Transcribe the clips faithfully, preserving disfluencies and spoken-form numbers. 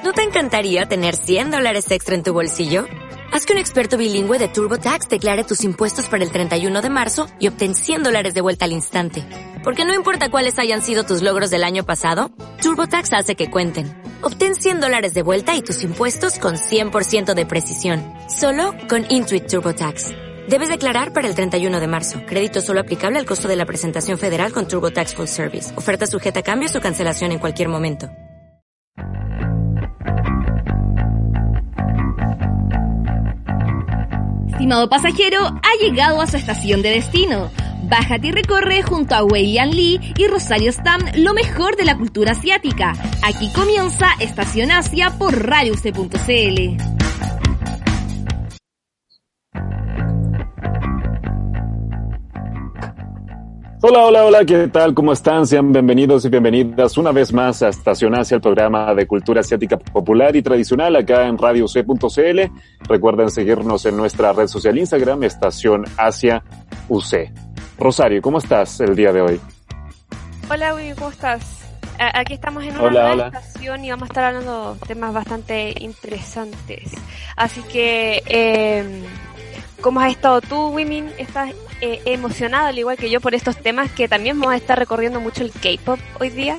¿No te encantaría tener cien dólares extra en tu bolsillo? Haz que un experto bilingüe de TurboTax declare tus impuestos para el treinta y uno de marzo y obtén cien dólares de vuelta al instante. Porque no importa cuáles hayan sido tus logros del año pasado, TurboTax hace que cuenten. Obtén cien dólares de vuelta y tus impuestos con cien por ciento de precisión. Solo con Intuit TurboTax. Debes declarar para el treinta y uno de marzo. Crédito solo aplicable al costo de la presentación federal con TurboTax Full Service. Oferta sujeta a cambios o cancelación en cualquier momento. Estimado pasajero, ha llegado a su estación de destino. Bájate y recorre junto a Wei Lian Lee y Rosario Stam lo mejor de la cultura asiática. Aquí comienza Estación Asia por radio u ce punto ce ele. Hola, hola, hola, ¿qué tal? ¿Cómo están? Sean bienvenidos y bienvenidas una vez más a Estación Asia, el programa de cultura asiática popular y tradicional acá en radio u ce punto ce ele. Recuerden seguirnos en nuestra red social Instagram, Estación Asia U C. Rosario, ¿cómo estás el día de hoy? Hola, Wii, ¿cómo estás? Aquí estamos en una hola, nueva hola. estación y vamos a estar hablando de temas bastante interesantes. Así que, eh, ¿cómo has estado tú, Wimin? ¿Estás eh, emocionado, al igual que yo, por estos temas que también vamos a estar recorriendo mucho el K-pop hoy día?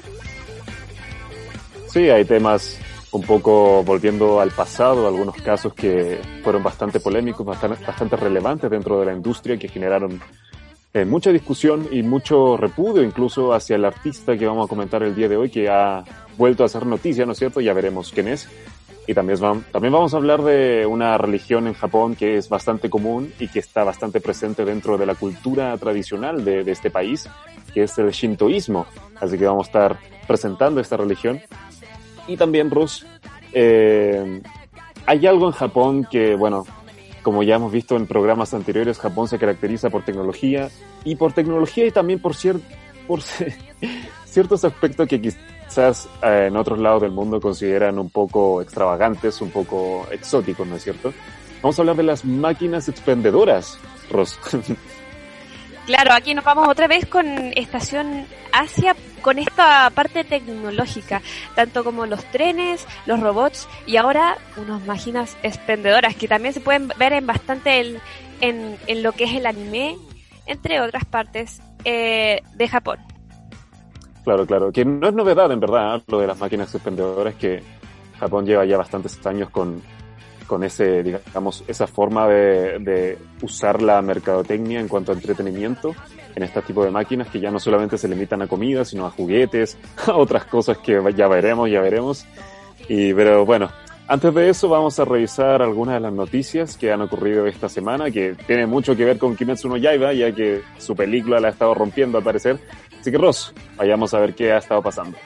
Sí, hay temas un poco volviendo al pasado, algunos casos que fueron bastante polémicos, bastante, bastante relevantes dentro de la industria, que generaron eh, mucha discusión y mucho repudio incluso hacia el artista que vamos a comentar el día de hoy, que ha vuelto a hacer noticia, ¿no es cierto? Ya veremos quién es. Y también, también vamos a hablar de una religión en Japón que es bastante común y que está bastante presente dentro de la cultura tradicional de, de este país, que es el shintoísmo. Así que vamos a estar presentando esta religión. Y también, Rus, eh, hay algo en Japón que, bueno, como ya hemos visto en programas anteriores, Japón se caracteriza por tecnología y por tecnología y también por, cier- por ciertos aspectos que quizás eh, en otros lados del mundo consideran un poco extravagantes, un poco exóticos, ¿no es cierto? Vamos a hablar de las máquinas expendedoras, Ros. Claro, aquí nos vamos otra vez con Estación Asia, con esta parte tecnológica, tanto como los trenes, los robots y ahora unas máquinas expendedoras que también se pueden ver en bastante el, en, en lo que es el anime, entre otras partes eh, de Japón. Claro, claro, que no es novedad en verdad lo de las máquinas expendedoras, que Japón lleva ya bastantes años con, con ese, digamos, esa forma de, de usar la mercadotecnia en cuanto a entretenimiento en este tipo de máquinas que ya no solamente se limitan a comida, sino a juguetes, a otras cosas que ya veremos, ya veremos. Y, pero bueno, antes de eso vamos a revisar algunas de las noticias que han ocurrido esta semana, que tiene mucho que ver con Kimetsu no Yaiba, ya que su película la ha estado rompiendo al parecer. Así que, Ros, vayamos a ver qué ha estado pasando.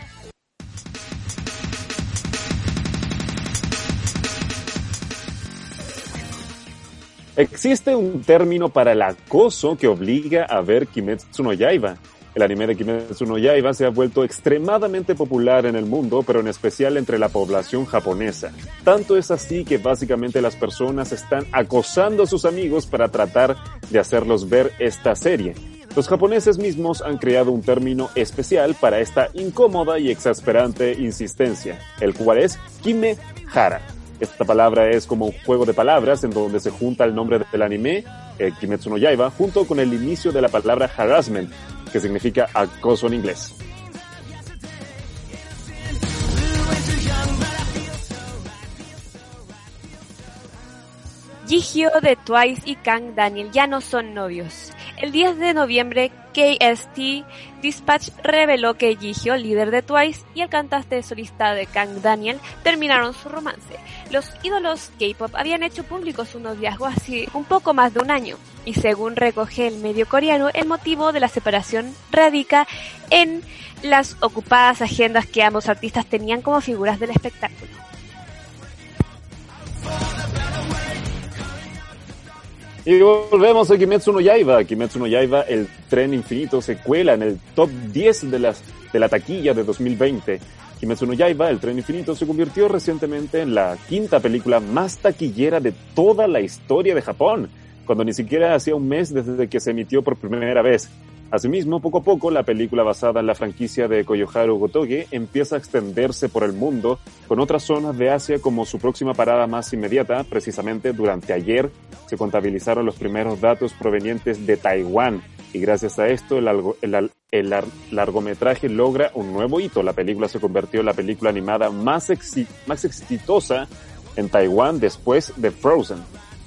Existe un término para el acoso que obliga a ver Kimetsu no Yaiba. El anime de Kimetsu no Yaiba se ha vuelto extremadamente popular en el mundo, pero en especial entre la población japonesa. Tanto es así que básicamente las personas están acosando a sus amigos para tratar de hacerlos ver esta serie. Los japoneses mismos han creado un término especial para esta incómoda y exasperante insistencia, el cual es Kimehara. Esta palabra es como un juego de palabras en donde se junta el nombre del anime, eh, Kimetsu no Yaiba, junto con el inicio de la palabra harassment, que significa acoso en inglés. Jihyo de Twice y Kang Daniel ya no son novios. El diez de noviembre, K S T Dispatch reveló que Jihyo, líder de Twice, y el cantante solista de Kang Daniel terminaron su romance. Los ídolos K-pop habían hecho público su noviazgo hace un poco más de un año, y según recoge el medio coreano, el motivo de la separación radica en las ocupadas agendas que ambos artistas tenían como figuras del espectáculo. Y volvemos a Kimetsu no Yaiba. Kimetsu no Yaiba, el tren infinito, se cuela en el top diez de, las, de la taquilla de dos mil veinte. Kimetsu no Yaiba, el tren infinito, se convirtió recientemente en la quinta película más taquillera de toda la historia de Japón, cuando ni siquiera hacía un mes desde que se emitió por primera vez. Asimismo, poco a poco, la película basada en la franquicia de Koyoharu Gotoge empieza a extenderse por el mundo, con otras zonas de Asia como su próxima parada más inmediata. Precisamente durante ayer se contabilizaron los primeros datos provenientes de Taiwán, y gracias a esto el, algo, el, el, el largometraje logra un nuevo hito. La película se convirtió en la película animada más, exi- más exitosa en Taiwán después de Frozen.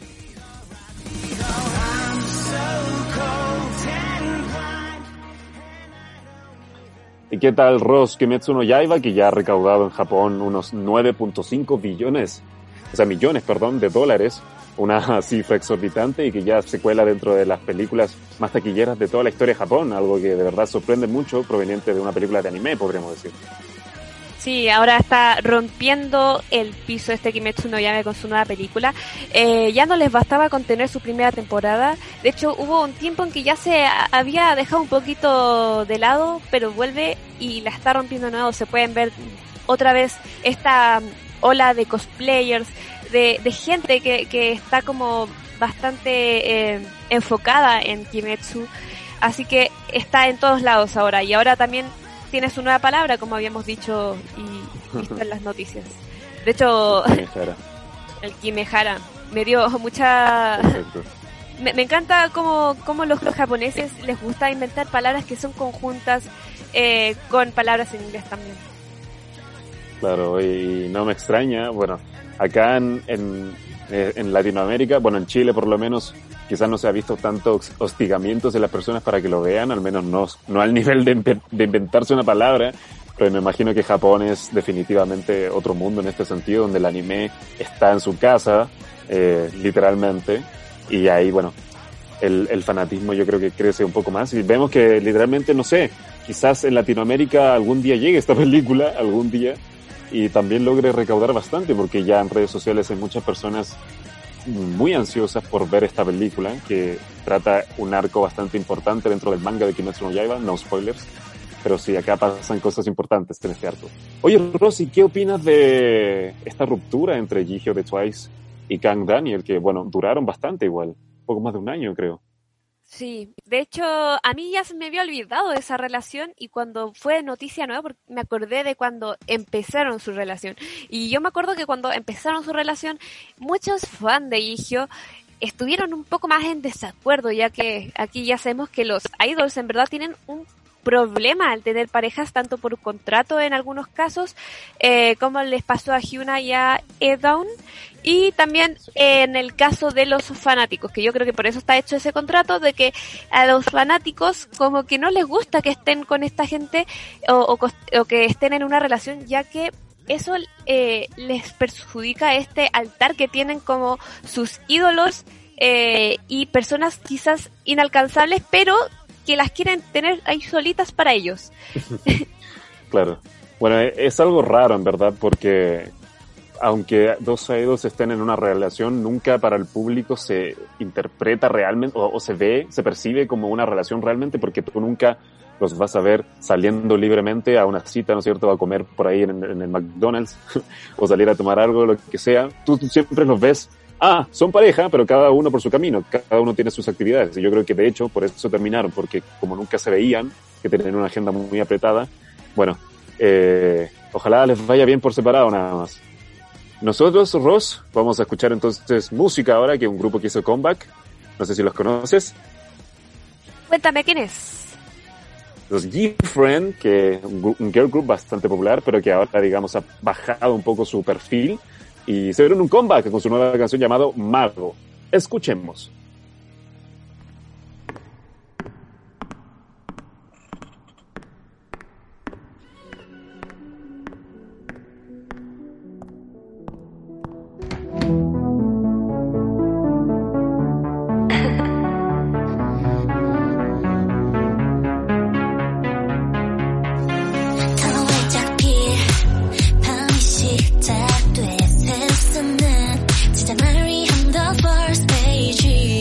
¿Y qué tal, Ross? Kimetsu no Yaiba, que ya ha recaudado en Japón unos nueve punto cinco billones, o sea, millones, perdón, de dólares, una cifra exorbitante, y que ya se cuela dentro de las películas más taquilleras de toda la historia de Japón, algo que de verdad sorprende mucho, proveniente de una película de anime, podríamos decir. Sí, ahora está rompiendo el piso este Kimetsu no Yaiba con su nueva película. Eh, ya no les bastaba con tener su primera temporada. De hecho, hubo un tiempo en que ya se había dejado un poquito de lado, pero vuelve y la está rompiendo de nuevo. Se pueden ver otra vez esta ola de cosplayers, de, de gente que, que está como bastante eh, enfocada en Kimetsu. Así que está en todos lados ahora. Y ahora también tiene su nueva palabra, como habíamos dicho y visto en las noticias. De hecho, Kimehara. El Kimehara me dio mucha... Me, me encanta cómo, cómo los, los japoneses les gusta inventar palabras que son conjuntas eh, con palabras en inglés también. Claro, y no me extraña, bueno, acá en, en, en Latinoamérica, bueno, en Chile por lo menos, quizás no se ha visto tantos hostigamientos de las personas para que lo vean, al menos no, no al nivel de, de inventarse una palabra, pero me imagino que Japón es definitivamente otro mundo en este sentido, donde el anime está en su casa, eh, literalmente, y ahí, bueno, el, el fanatismo yo creo que crece un poco más, y vemos que literalmente, no sé, quizás en Latinoamérica algún día llegue esta película, algún día, y también logre recaudar bastante, porque ya en redes sociales hay muchas personas muy ansiosas por ver esta película, que trata un arco bastante importante dentro del manga de Kimetsu no Yaiba, no spoilers, pero sí, acá pasan cosas importantes en este arco. Oye, Rosy, ¿qué opinas de esta ruptura entre Jihyo de Twice y Kang Daniel, que, bueno, duraron bastante igual, poco más de un año, creo? Sí, de hecho, a mí ya se me había olvidado de esa relación, y cuando fue noticia nueva, porque me acordé de cuando empezaron su relación. Y yo me acuerdo que cuando empezaron su relación, muchos fans de Jihyo estuvieron un poco más en desacuerdo, ya que aquí ya sabemos que los idols en verdad tienen un problema al tener parejas, tanto por contrato en algunos casos, eh, como les pasó a Hyuna y a Edown, y también en el caso de los fanáticos, que yo creo que por eso está hecho ese contrato, de que a los fanáticos como que no les gusta que estén con esta gente o, o, o que estén en una relación, ya que eso eh, les perjudica este altar que tienen como sus ídolos eh, y personas quizás inalcanzables, pero que las quieren tener ahí solitas para ellos. Claro. Bueno, es algo raro en verdad, porque aunque dos idols estén en una relación, nunca para el público se interpreta realmente, o, o se ve, se percibe como una relación realmente, porque tú nunca los vas a ver saliendo libremente a una cita, ¿no es cierto?, a comer por ahí en, en el McDonald's, o salir a tomar algo, lo que sea. Tú, tú siempre los ves, ah, son pareja, pero cada uno por su camino, cada uno tiene sus actividades, y yo creo que de hecho por eso terminaron, porque como nunca se veían, que tenían una agenda muy, muy apretada, bueno, eh, ojalá les vaya bien por separado nada más. Nosotros, Ross, vamos a escuchar entonces música ahora, que es un grupo que hizo comeback. No sé si los conoces. Cuéntame, ¿quién es? Los G-Friend, que es un, un girl group bastante popular, pero que ahora, digamos, ha bajado un poco su perfil y se dieron un comeback con su nueva canción llamado Mago. Escuchemos. 진짜 말이 I'm the first page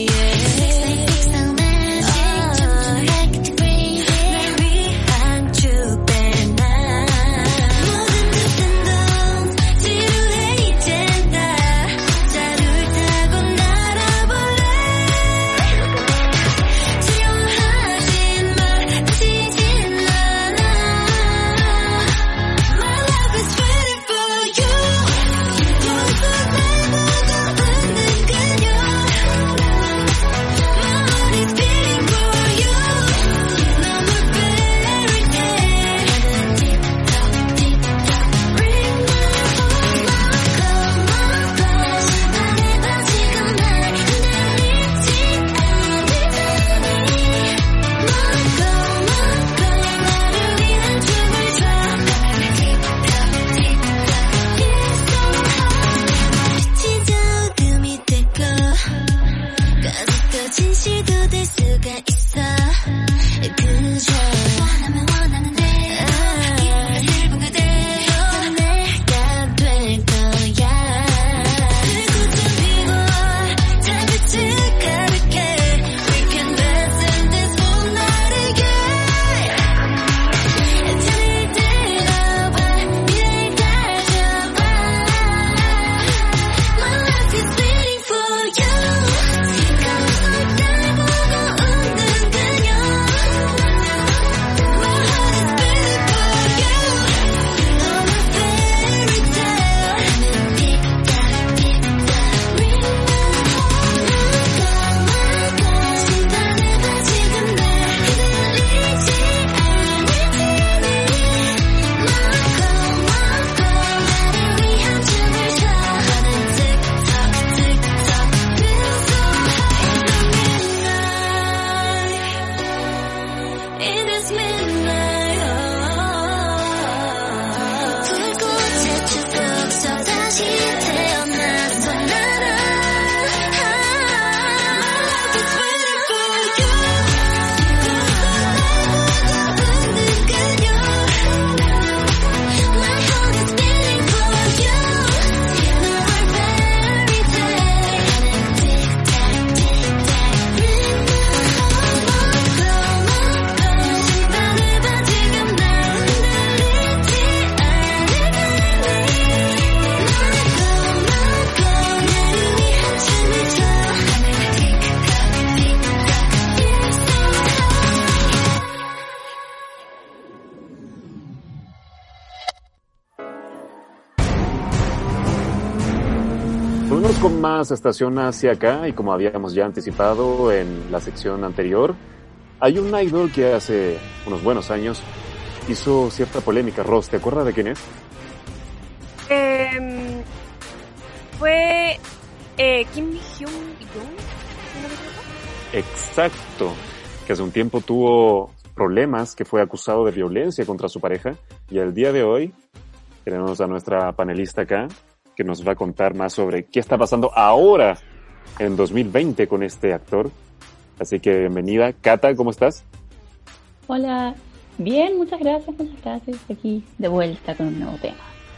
Volvemos con más Estación hacia acá, y como habíamos ya anticipado en la sección anterior, hay un idol que hace unos buenos años hizo cierta polémica. Ross, ¿te acuerdas de quién es? Eh, fue eh, Kim Hyun-jong. Exacto, que hace un tiempo tuvo problemas, que fue acusado de violencia contra su pareja, y el día de hoy tenemos a nuestra panelista acá, que nos va a contar más sobre qué está pasando ahora en dos mil veinte con este actor. Así que bienvenida. Cata, ¿cómo estás? Hola, bien, muchas gracias, muchas gracias. Aquí de vuelta con un nuevo tema.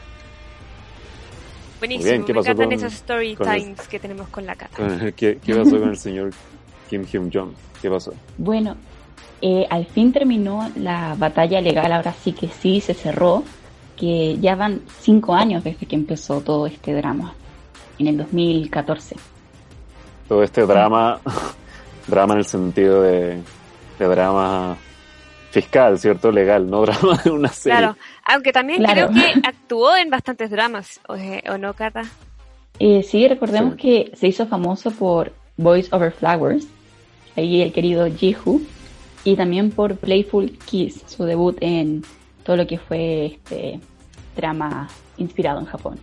Buenísimo, bien, ¿qué me pasó encantan con, esos story con times el, que tenemos con la Cata. ¿Qué, qué pasó con el señor Kim Hyun-jong? ¿Qué pasó? Bueno, eh, al fin terminó la batalla legal, ahora sí que sí, se cerró, que ya van cinco años desde que empezó todo este drama, en el dos mil catorce. Todo este drama, drama en el sentido de, de drama fiscal, ¿cierto? Legal, no drama de una serie. Claro, aunque también Claro. creo que actuó en bastantes dramas, ¿o, o no, Cata? Eh, sí, recordemos Sí. que se hizo famoso por Boys Over Flowers, ahí el querido Ji-Hoo, y también por Playful Kiss, su debut en todo lo que fue este drama inspirado en Japón.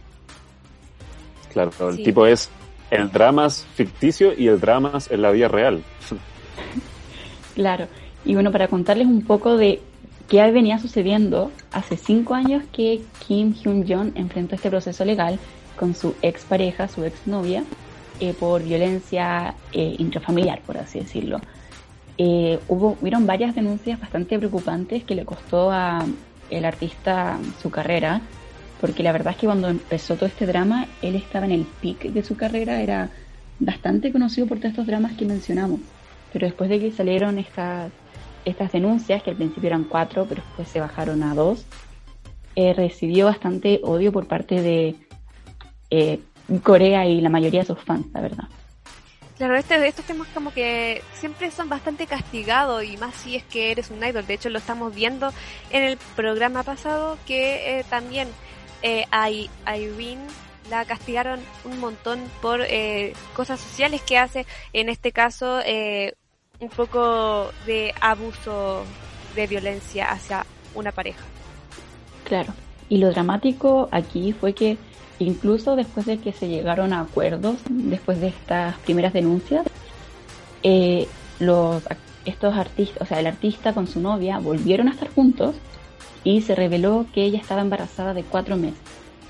Claro, el Sí. tipo es el dramas ficticio y el dramas en la vida real. Claro, y bueno, para contarles un poco de qué venía sucediendo, hace cinco años que Kim Hyun-jong enfrentó este proceso legal con su expareja, su exnovia, eh, por violencia eh, intrafamiliar, por así decirlo. Eh, hubo, hubieron varias denuncias bastante preocupantes que le costó a el artista su carrera, porque la verdad es que cuando empezó todo este drama, él estaba en el pic de su carrera, era bastante conocido por todos estos dramas que mencionamos, pero después de que salieron estas, estas denuncias, que al principio eran cuatro, pero después se bajaron a dos, eh, recibió bastante odio por parte de eh, Corea y la mayoría de sus fans, la verdad. Claro, este, estos temas como que siempre son bastante castigados, y más si es que eres un idol. De hecho, lo estamos viendo en el programa pasado, que eh, también eh, a Irene la castigaron un montón por eh, cosas sociales que hace, en este caso eh, un poco de abuso de violencia hacia una pareja. Claro, y lo dramático aquí fue que incluso después de que se llegaron a acuerdos, después de estas primeras denuncias, eh, los estos artistas, o sea, el artista con su novia volvieron a estar juntos y se reveló que ella estaba embarazada de cuatro meses.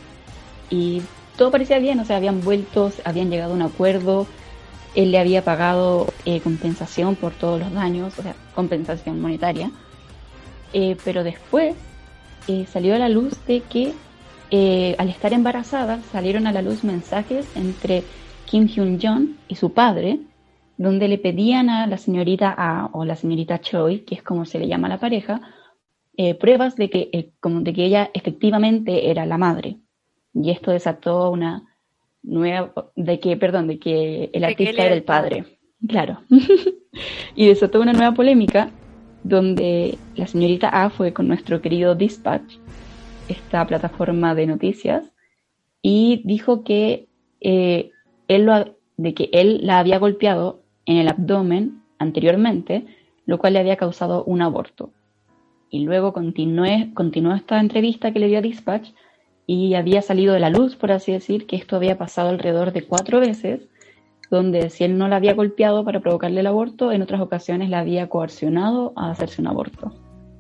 Y todo parecía bien, o sea, habían vuelto, habían llegado a un acuerdo, él le había pagado eh, compensación por todos los daños, o sea, compensación monetaria, eh, pero después eh, salió a la luz de que Eh, al estar embarazada salieron a la luz mensajes entre Kim Hyun-jong y su padre, donde le pedían a la señorita A o la señorita Choi, que es como se le llama a la pareja, eh, pruebas de que, eh, como de que ella efectivamente era la madre. Y esto desató una nueva, de que, perdón, de que el De que artista él era el padre. Claro. Y desató una nueva polémica donde la señorita A fue con nuestro querido Dispatch, esta plataforma de noticias, y dijo que eh, él lo, de que él la había golpeado en el abdomen anteriormente, lo cual le había causado un aborto. Y luego continué, continuó esta entrevista que le dio a Dispatch, y había salido de la luz, por así decir, que esto había pasado alrededor de cuatro veces, donde si él no la había golpeado para provocarle el aborto, en otras ocasiones la había coercionado a hacerse un aborto.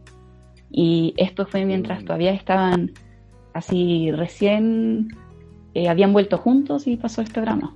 Y esto fue mientras todavía estaban así recién, eh, habían vuelto juntos y pasó este drama.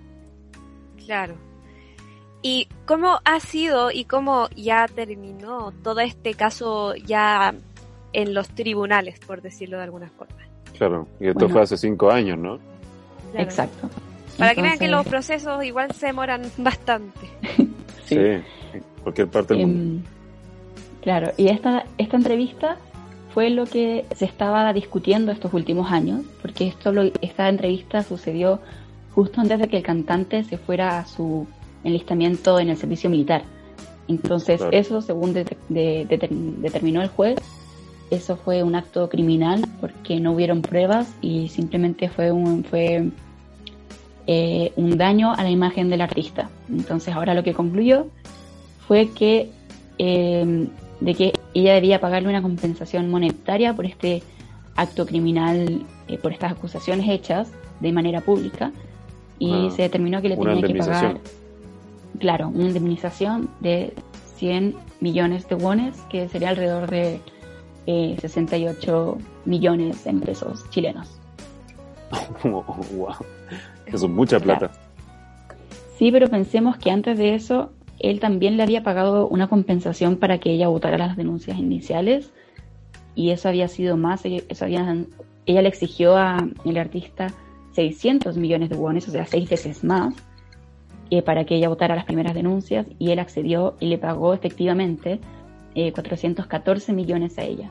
Claro. ¿Y cómo ha sido y cómo ya terminó todo este caso ya en los tribunales, por decirlo de alguna forma? Claro, y esto Bueno. fue hace cinco años, ¿no? Claro. Exacto. Para que vean Entonces, que los procesos igual se demoran bastante. sí. en cualquier parte del mundo. Em, Claro, y esta, esta entrevista fue lo que se estaba discutiendo estos últimos años, porque esto lo, esta entrevista sucedió justo antes de que el cantante se fuera a su enlistamiento en el servicio militar. Entonces, Claro. eso, según de, de, de, determinó el juez, eso fue un acto criminal porque no hubieron pruebas y simplemente fue un fue eh, un daño a la imagen del artista. Entonces ahora lo que concluyó fue que eh, de que ella debía pagarle una compensación monetaria por este acto criminal, eh, por estas acusaciones hechas de manera pública, y ah, se determinó que le tenía que pagar, claro, una indemnización de cien millones de wones, que sería alrededor de eh, sesenta y ocho millones en pesos chilenos. Oh, wow. Eso es mucha plata. Claro. Sí, pero pensemos que antes de eso él también le había pagado una compensación para que ella votara las denuncias iniciales, y eso había sido más, eso había, ella le exigió al artista seiscientos millones de wones, o sea, seis veces más, eh, para que ella votara las primeras denuncias, y él accedió y le pagó efectivamente eh, cuatrocientos catorce millones a ella.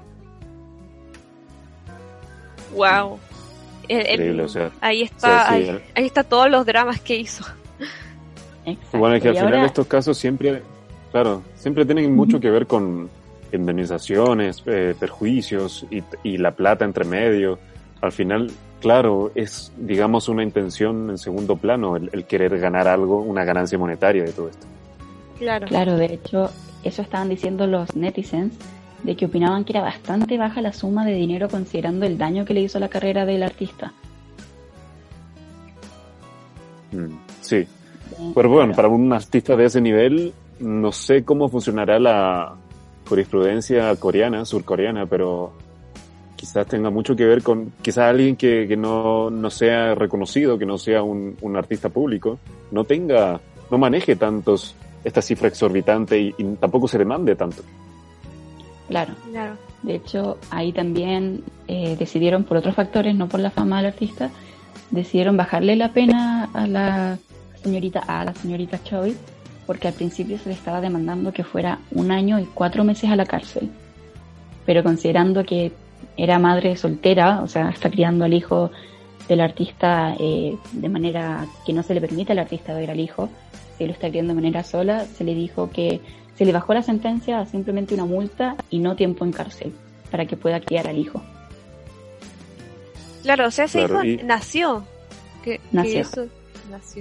Wow. El, el, Increíble, o sea, ahí está, o sea, sí, ahí, ahí está todos los dramas que hizo. Exacto. Bueno, es que al y final ahora... estos casos siempre, claro, siempre tienen mucho uh-huh. que ver con indemnizaciones, eh, perjuicios y, y la plata entre medio. Al final, claro, es, digamos, una intención en segundo plano, el, el querer ganar algo, una ganancia monetaria de todo esto. Claro. Claro, de hecho, eso estaban diciendo los netizens, de que opinaban que era bastante baja la suma de dinero considerando el daño que le hizo a la carrera del artista. Mm, sí. Pero bueno, para un artista de ese nivel, no sé cómo funcionará la jurisprudencia coreana, surcoreana, pero quizás tenga mucho que ver con quizás alguien que, que no, no sea reconocido, que no sea un, un artista público, no tenga, no maneje tantos, esta cifra exorbitante y, y tampoco se le mande tanto. Claro. Claro. De hecho, ahí también eh, decidieron, por otros factores, no por la fama del artista, decidieron bajarle la pena a la señorita a la señorita Choi, porque al principio se le estaba demandando que fuera un año y cuatro meses a la cárcel, pero considerando que era madre soltera, o sea, está criando al hijo del artista eh, de manera que no se le permite al artista ver al hijo, si lo está criando de manera sola, se le dijo que se le bajó la sentencia a simplemente una multa y no tiempo en cárcel, para que pueda criar al hijo. Claro, o sea, ese claro, hijo y... nació. Que, nació. Que eso nació.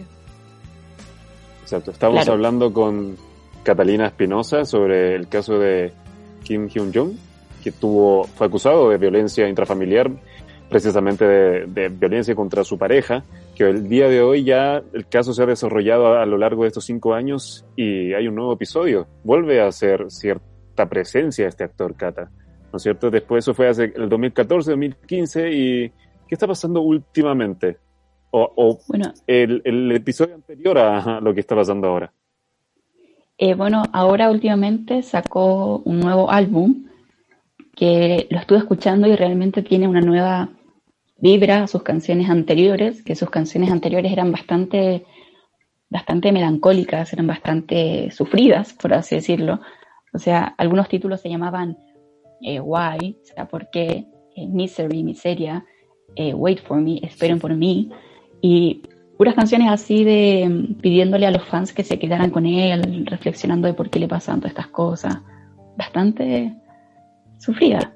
Exacto. Estamos claro. hablando con Catalina Espinosa sobre el caso de Kim Hyun-jong, que tuvo, fue acusado de violencia intrafamiliar, precisamente de, de violencia contra su pareja, que el día de hoy ya el caso se ha desarrollado a, a lo largo de estos cinco años y hay un nuevo episodio. Vuelve a ser cierta presencia este actor, Cata, ¿no es cierto? Después eso fue hace el dos mil catorce, dos mil quince, y ¿qué está pasando últimamente? O, o bueno, el, el episodio anterior a lo que está pasando ahora. Eh, bueno, ahora últimamente sacó un nuevo álbum que lo estuve escuchando y realmente tiene una nueva vibra a sus canciones anteriores, que sus canciones anteriores eran bastante, bastante melancólicas, eran bastante sufridas, por así decirlo. O sea, algunos títulos se llamaban eh, Why, o sea, ¿por qué? Eh, Misery, miseria, eh, Wait for me, esperen por mí, y puras canciones así de pidiéndole a los fans que se quedaran con él, reflexionando de por qué le pasan todas estas cosas. Bastante sufrida.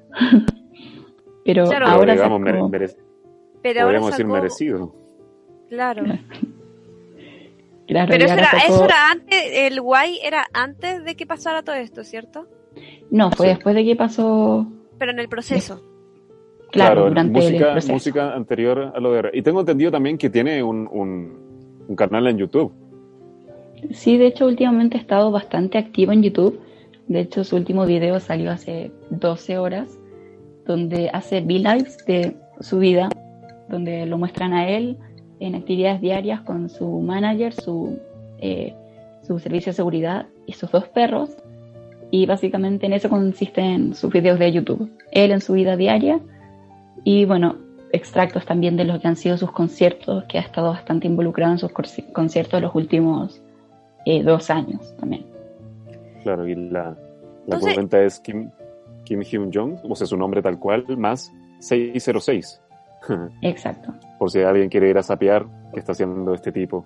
Pero claro, ahora digamos, sacó... mere- mere- Pero podríamos ahora decir sacó... merecido. Claro. Claro, Pero eso era, sacó... eso era antes, el guay era antes de que pasara todo esto, ¿cierto? No, fue Sí. después de que pasó... Pero en el proceso. Claro, Claro, durante música, el proceso. música anterior a lo de... Y tengo entendido también que tiene un, un, un canal en YouTube. Sí, de hecho últimamente ha estado bastante activo en YouTube. De hecho su último video salió hace doce horas, donde hace V-Lives de su vida, donde lo muestran a él en actividades diarias con su manager, su, eh, su servicio de seguridad y sus dos perros. Y básicamente en eso consisten sus videos de YouTube. Él en su vida diaria y bueno, extractos también de lo que han sido sus conciertos, que ha estado bastante involucrado en sus conciertos de los últimos eh, dos años también. Claro, y la, la Entonces- cuenta es Kim, Kim Hyun-jong, o sea, su nombre tal cual, más seis cero seis. Exacto. Por si alguien quiere ir a sapear qué está haciendo este tipo.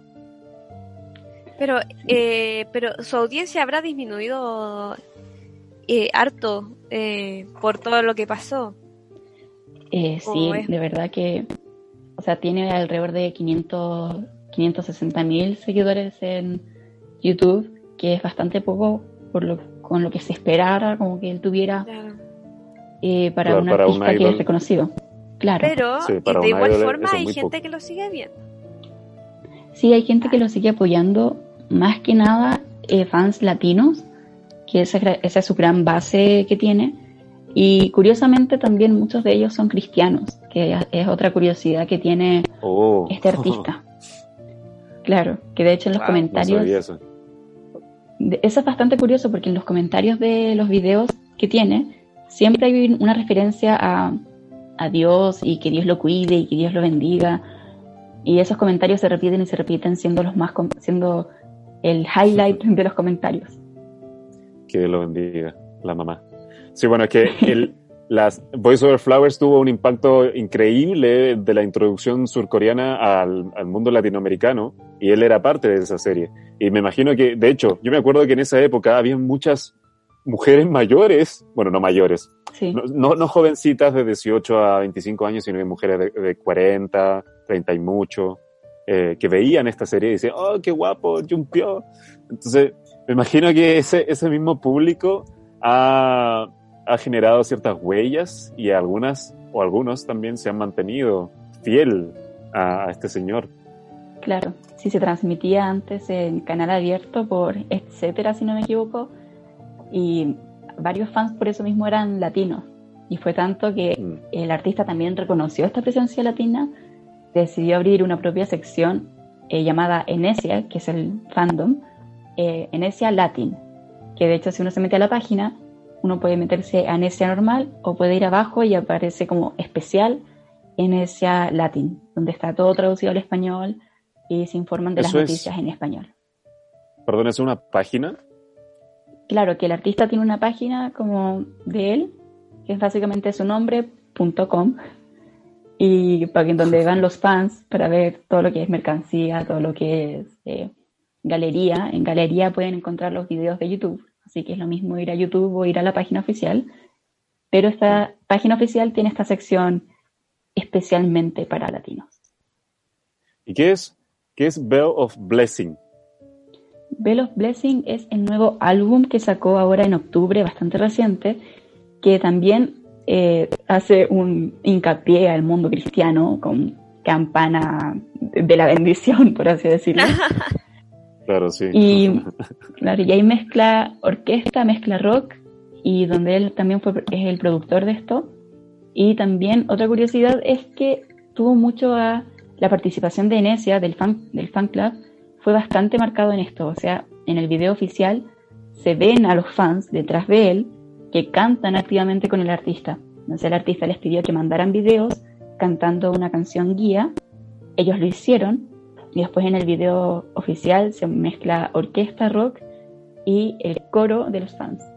Pero, eh, pero su audiencia habrá disminuido eh, harto eh, por todo lo que pasó. Eh, sí, ¿Cómo es? de verdad que, o sea, tiene alrededor de quinientos quinientos sesenta mil seguidores en YouTube, que es bastante poco por lo, con lo que se esperara, como que él tuviera Claro. eh, para Claro, un para artista un que idol. es reconocido. Claro. Pero Sí, y para de un igual idol forma eso es hay muy gente poco. que lo sigue viendo. Sí, hay gente que lo sigue apoyando, más que nada eh, fans latinos, que esa, esa es su gran base que tiene. Y curiosamente también muchos de ellos son cristianos, que es otra curiosidad que tiene Oh. este artista. Claro, que de hecho en los Wow, No comentarios... sabía eso. de- Eso es bastante curioso porque en los comentarios de los videos que tiene, siempre hay una referencia a, a Dios y que Dios lo cuide y que Dios lo bendiga. Y esos comentarios se repiten y se repiten siendo los más com- siendo el highlight de los comentarios. Que Dios lo bendiga, la mamá. Sí, bueno, es que el, las Voice Over Flowers tuvo un impacto increíble de la introducción surcoreana al, al mundo latinoamericano, y él era parte de esa serie. Y me imagino que, de hecho, yo me acuerdo que en esa época había muchas mujeres mayores, bueno, no mayores, Sí. no, no, no jovencitas de dieciocho a veinticinco años, sino mujeres de, de cuarenta, treinta y mucho, eh, que veían esta serie y decían, oh, qué guapo, Jumpio. Entonces, me imagino que ese, ese mismo público ha, ha generado ciertas huellas, y algunas o algunos también se han mantenido fiel a, a este señor. Claro, si se transmitía antes en canal abierto por etcétera, si no me equivoco, y varios fans por eso mismo eran latinos. Y fue tanto que Mm. el artista también reconoció esta presencia latina, decidió abrir una propia sección eh, llamada Enesia, que es el fandom, eh, Enesia Latin, que de hecho si uno se mete a la página, uno puede meterse a Enesia normal o puede ir abajo y aparece como especial Enesia Latin, donde está todo traducido al español y se informan de Eso las es- noticias en español. Perdón, ¿es una página? Claro, que el artista tiene una página como de él, que es básicamente su nombre punto com, y para que donde van los fans para ver todo lo que es mercancía, todo lo que es eh, galería. En galería pueden encontrar los videos de YouTube, así que es lo mismo ir a YouTube o ir a la página oficial, pero esta página oficial tiene esta sección especialmente para latinos. ¿Y qué es? ¿Qué es Bell of Blessing? Bell of Blessing es el nuevo álbum que sacó ahora en octubre, bastante reciente, que también eh, hace un hincapié al mundo cristiano con campana de la bendición, por así decirlo. Claro, sí. Y, claro, y ahí mezcla orquesta, mezcla rock, y donde él también fue, es el productor de esto. Y también otra curiosidad es que tuvo mucho a la participación de Enesia, del fan, del fan club, fue bastante marcado en esto. O sea, en el video oficial se ven a los fans detrás de él que cantan activamente con el artista. Entonces el artista les pidió que mandaran videos cantando una canción guía. Ellos lo hicieron, y después en el video oficial se mezcla orquesta, rock y el coro de los fans.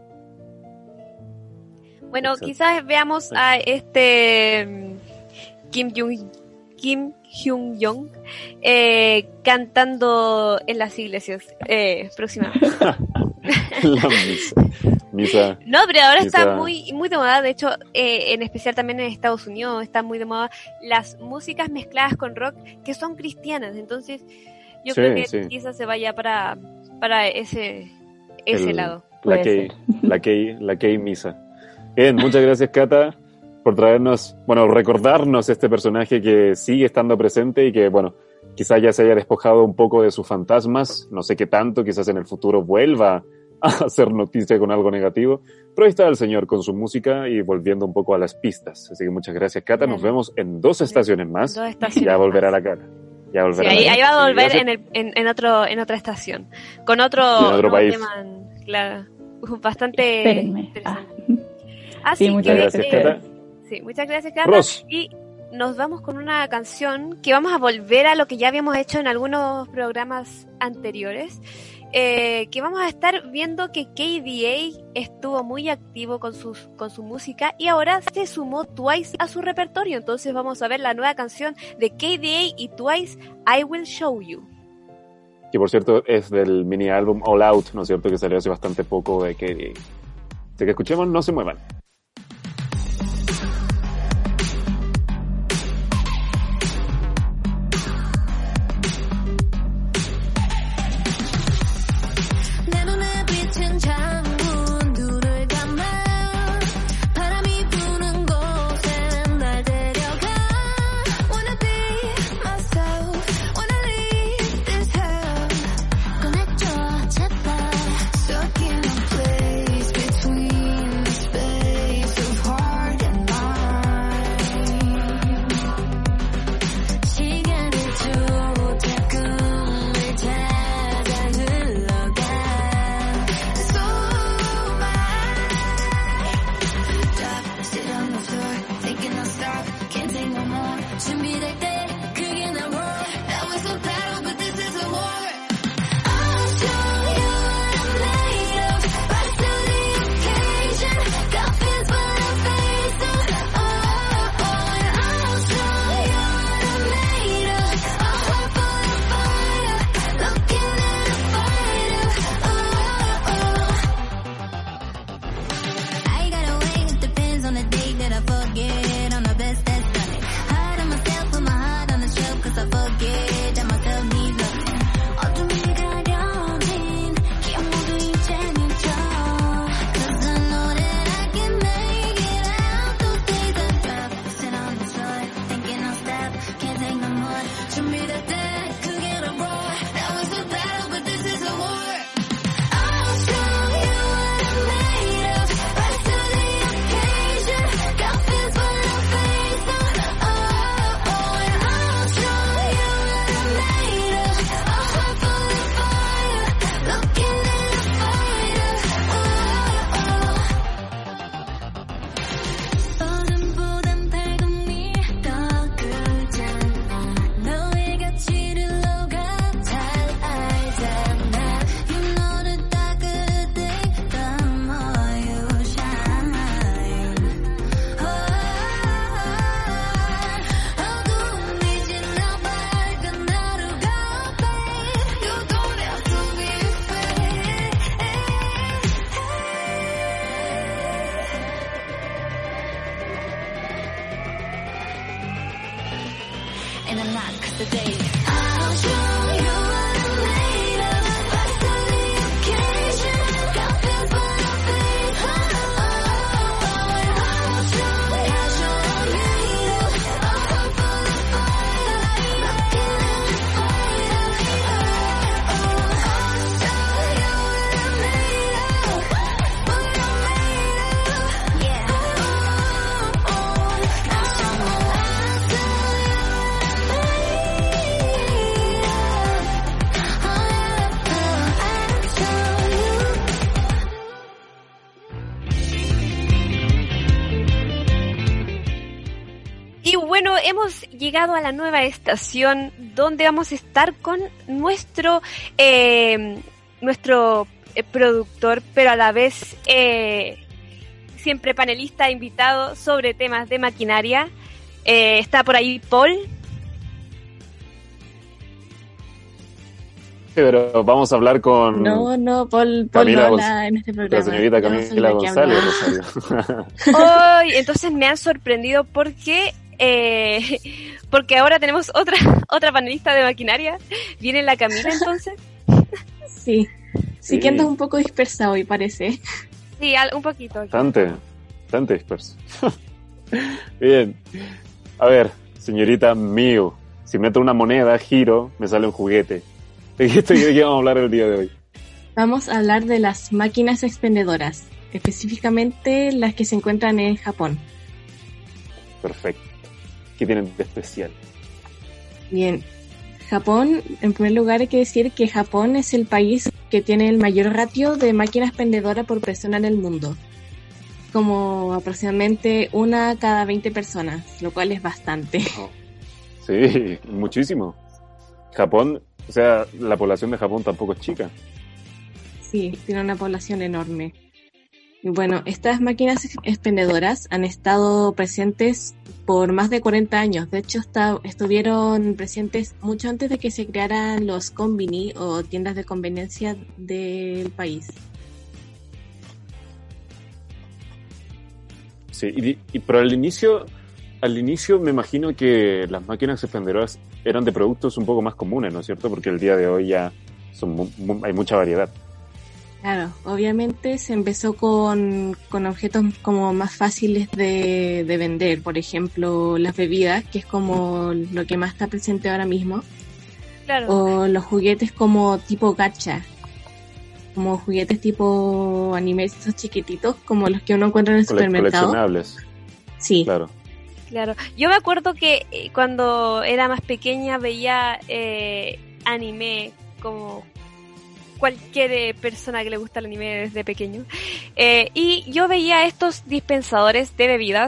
Bueno, Exacto. quizás veamos a este mm, Kim Jung Kim Hyun Young eh, cantando en las iglesias eh, próximamente. La misa. Misa. No, pero ahora está Quizá- muy muy de moda. De hecho, eh, en especial también en Estados Unidos está muy de moda las músicas mezcladas con rock que son cristianas. Entonces, yo Sí, creo que sí. quizás se vaya para para ese ese El- lado. La Puede Key, ser. la Key, la Key Misa. Bien, muchas gracias, Cata, por traernos, bueno, recordarnos este personaje que sigue estando presente y que, bueno, quizás ya se haya despojado un poco de sus fantasmas, no sé qué tanto, quizás en el futuro vuelva a hacer noticia con algo negativo, pero ahí está el señor con su música y volviendo un poco a las pistas. Así que muchas gracias, Cata, nos Claro. vemos en dos estaciones más Dos y estaciones ya volverá más. la cara. Ya Sí, volverá ahí, la ahí cara. va a Sí, volver gracias. en, el, en, en otro en otra estación, con otro, Y en otro nuevo país. tema, claro, bastante Espérenme. interesante. Ah. Así Sí, muchas que, gracias, eh, Cata. Sí, muchas gracias, Cata. Ros. Y nos vamos con una canción que vamos a volver a lo que ya habíamos hecho en algunos programas anteriores. Eh, que vamos a estar viendo que K D A estuvo muy activo con, sus, con su música y ahora se sumó Twice a su repertorio. Entonces vamos a ver la nueva canción de K D A y Twice, I Will Show You. Que por cierto es del mini álbum All Out, ¿no es cierto? Que salió hace bastante poco de que... Así que escuchemos, no se muevan. Bueno, hemos llegado a la nueva estación donde vamos a estar con nuestro eh, nuestro eh, productor, pero a la vez eh, siempre panelista invitado sobre temas de maquinaria. Eh, está por ahí Paul. Sí, pero vamos a hablar con... No, no, Paul, Paul Camila no Gonz- habla en este programa. La señorita Yo no soy Camila la que González, habla. Rosario. Hoy, entonces me han sorprendido porque eh, porque ahora tenemos otra otra panelista de maquinaria. ¿Viene la Camila entonces? Sí, sí, Sí. que andas un poco dispersa hoy, parece. Sí, al- un poquito. Bastante, bastante disperso. Bien. A ver, señorita Miu, si meto una moneda, giro, me sale un juguete. ¿De qué, estoy, de qué vamos a hablar el día de hoy? Vamos a hablar de las máquinas expendedoras, específicamente las que se encuentran en Japón. Perfecto. ¿Qué tienen de especial? Bien, Japón, en primer lugar hay que decir que Japón es el país que tiene el mayor ratio de máquinas expendedoras por persona en el mundo. Como aproximadamente una cada veinte personas, lo cual es bastante. Oh. Sí, muchísimo. Japón, o sea, la población de Japón tampoco es chica. Sí, tiene una población enorme. Y bueno, estas máquinas ex- expendedoras han estado presentes por más de cuarenta años. De hecho, está, estuvieron presentes mucho antes de que se crearan los konbini o tiendas de conveniencia del país. Sí, y, y pero al inicio, al inicio me imagino que las máquinas expendedoras eran de productos un poco más comunes, ¿no es cierto? Porque el día de hoy ya son mu- mu- hay mucha variedad. Claro, obviamente se empezó con, con objetos como más fáciles de, de vender. Por ejemplo, las bebidas, que es como lo que más está presente ahora mismo. Claro. O los juguetes como tipo gacha, como juguetes tipo animes, esos chiquititos, como los que uno encuentra en el Cole- supermercado. coleccionables, Sí, claro. Claro, yo me acuerdo que eh, cuando era más pequeña veía eh, anime como cualquier eh, persona que le gusta el anime desde pequeño, eh, y yo veía estos dispensadores de bebidas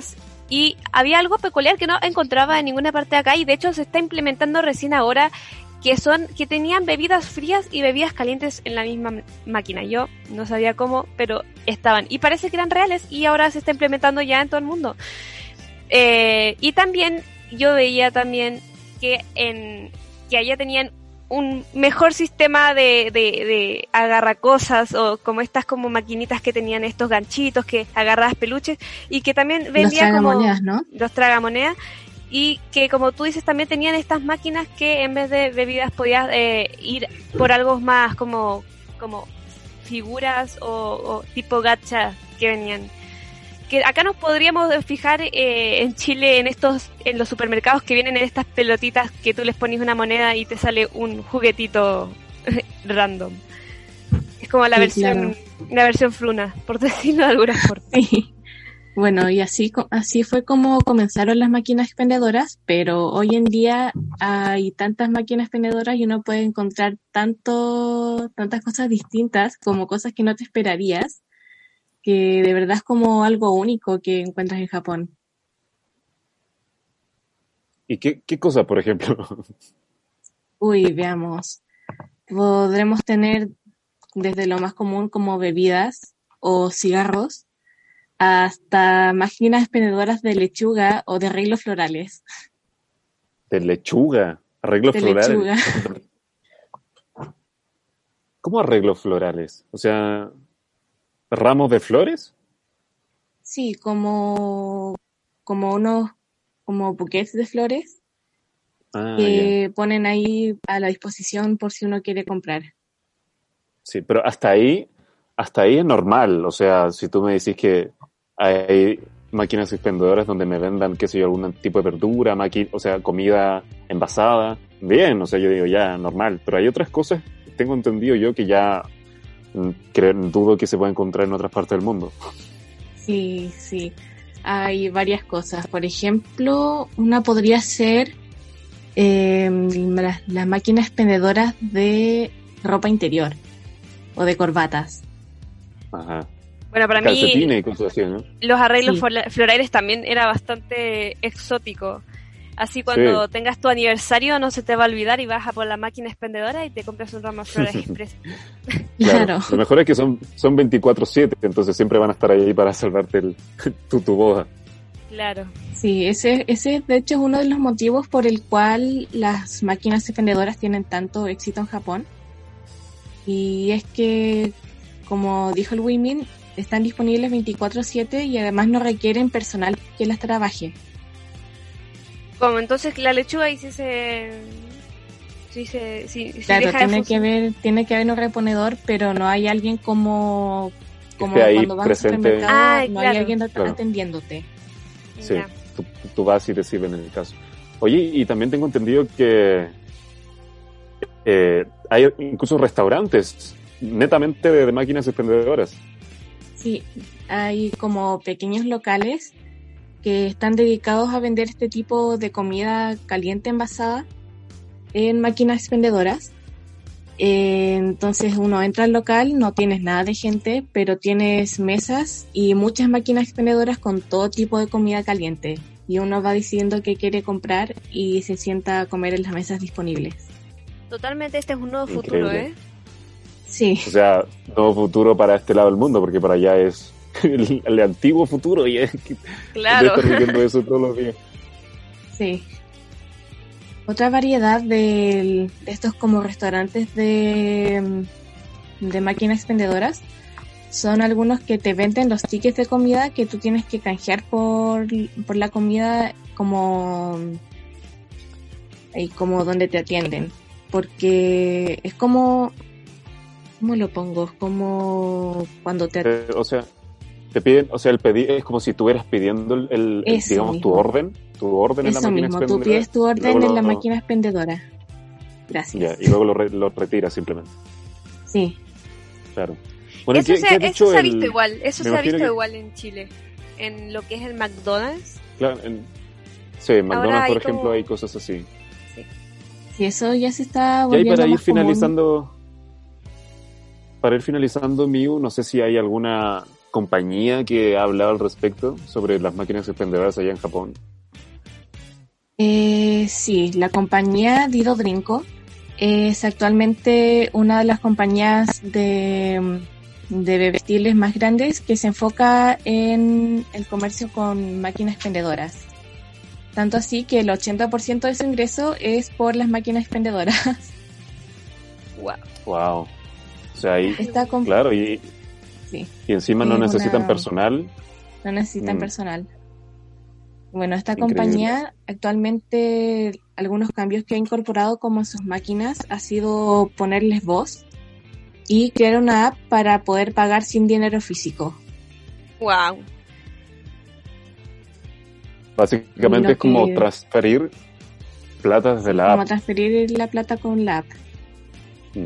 Y había algo peculiar que no encontraba en ninguna parte de acá, y de hecho se está implementando recién ahora, que son que tenían bebidas frías y bebidas calientes en la misma máquina. Yo no sabía cómo, pero estaban. Y parece que eran reales, y ahora se está implementando ya en todo el mundo. Eh, y también, yo veía también que en que allá tenían un mejor sistema de, de, de agarracosas, o como estas como maquinitas que tenían estos ganchitos que agarrabas peluches, y que también vendían como tragamonedas, ¿no? Los tragamonedas, y que como tú dices también tenían estas máquinas que en vez de bebidas podías eh, ir por algo más como como figuras o, o tipo gacha que venían. Que acá nos podríamos fijar eh, en Chile en estos en los supermercados que vienen en estas pelotitas que tú les pones una moneda y te sale un juguetito random. Es como la Sí, versión claro. la versión fruna, por decirlo de alguna forma. Sí. Bueno, y así, co- así fue como comenzaron las máquinas expendedoras, pero hoy en día hay tantas máquinas expendedoras y uno puede encontrar tanto, tantas cosas distintas, como cosas que no te esperarías, que de verdad es como algo único que encuentras en Japón. ¿Y qué, qué cosa, por ejemplo? Uy, veamos. Podremos tener desde lo más común como bebidas o cigarros, hasta máquinas expendedoras de lechuga o de arreglos florales. De lechuga, arreglos De florales. lechuga. ¿Cómo arreglos florales? O sea, ¿ramos de flores? Sí, como, como unos, como buquets de flores Ah, ya. que ponen ahí a la disposición por si uno quiere comprar. Sí, pero hasta ahí, hasta ahí es normal. O sea, si tú me decís que hay máquinas expendedoras donde me vendan, qué sé yo, algún tipo de verdura, maqui- o sea, comida envasada, bien, o sea, yo digo ya, normal. Pero hay otras cosas, tengo entendido yo, que ya mm, creo, dudo que se pueda encontrar en otras partes del mundo. Sí, sí. Hay varias cosas. Por ejemplo, una podría ser eh, las, las máquinas expendedoras de ropa interior o de corbatas. Ajá. Bueno, para mí Calcetines y cosas así, ¿no? los arreglos Sí. fla- florales también era bastante exótico. Así cuando Sí. tengas tu aniversario no se te va a olvidar y vas a por la máquina expendedora y te compras un ramo de flores express. Claro. Lo mejor es que son, son veinticuatro siete, entonces siempre van a estar ahí para salvarte el, tu, tu boda. Claro. Sí, ese, ese de hecho es uno de los motivos por el cual las máquinas expendedoras tienen tanto éxito en Japón. Y es que, como dijo el Wimin, están disponibles veinticuatro siete y además no requieren personal que las trabaje. Como entonces la lechuga y si se... Si se... Si, si Claro, deja de tiene que funcionar. haber, tiene que haber un reponedor, pero no hay alguien como, como esté ahí cuando vas presente. al supermercado, Ay, no claro. hay alguien at- Claro. atendiéndote. Sí, Ya. tú, tú vas y te sirven en el caso. Oye, y también tengo entendido que eh, hay incluso restaurantes netamente de, de máquinas expendedoras. Sí, hay como pequeños locales que están dedicados a vender este tipo de comida caliente envasada en máquinas expendedoras. Eh, entonces uno entra al local, no tienes nada de gente, pero tienes mesas y muchas máquinas expendedoras con todo tipo de comida caliente. Y uno va decidiendo qué quiere comprar y se sienta a comer en las mesas disponibles. Totalmente este es un nuevo Increíble. futuro, ¿eh? Sí, O sea, nuevo futuro para este lado del mundo, porque para allá es el, el antiguo futuro y es que Claro. de estar viviendo eso todos los días. sí. Otra variedad de, de estos como restaurantes de, de máquinas expendedoras son algunos que te venden los tickets de comida que tú tienes que canjear por, por la comida como, ahí, como donde te atienden. Porque es como, ¿cómo lo pongo? Es como cuando te Eh, o sea, te piden, o sea, el pedir es como si estuvieras pidiendo el, el- el, Eso digamos, mismo. tu orden, tu orden en la Eso máquina mismo, tú expendedora. pides tu orden luego en la lo- máquina expendedora. Gracias. Ya, y luego lo, re- lo retiras simplemente. Sí. Claro. Bueno, Eso, ¿qué- se, qué ha eso dicho se ha el- visto igual, eso me se ha imagino visto que- igual en Chile. En lo que es el McDonald's. Claro, en- sí, en Ahora McDonald's, hay por ejemplo, como- hay cosas así. Sí, eso ya se está Y ahí volviendo para ir más común. finalizando, para ir finalizando, Miu, no sé si hay alguna compañía que ha hablado al respecto sobre las máquinas expendedoras allá en Japón? Eh, sí, la compañía Dido Drinko es actualmente una de las compañías de, de bebestibles más grandes que se enfoca en el comercio con máquinas expendedoras. Tanto así que el ochenta por ciento de su ingreso es por las máquinas expendedoras. Wow. Wow. O sea, ahí, Está con... claro, y, sí. y encima no Es necesitan una- personal. No necesitan Mm. personal. Bueno, esta Increíble. compañía actualmente algunos cambios que ha incorporado como en sus máquinas ha sido ponerles voz y crear una app para poder pagar sin dinero físico. Wow. Básicamente Y lo es como que- transferir plata desde la Como app. transferir la plata con la app. Mm.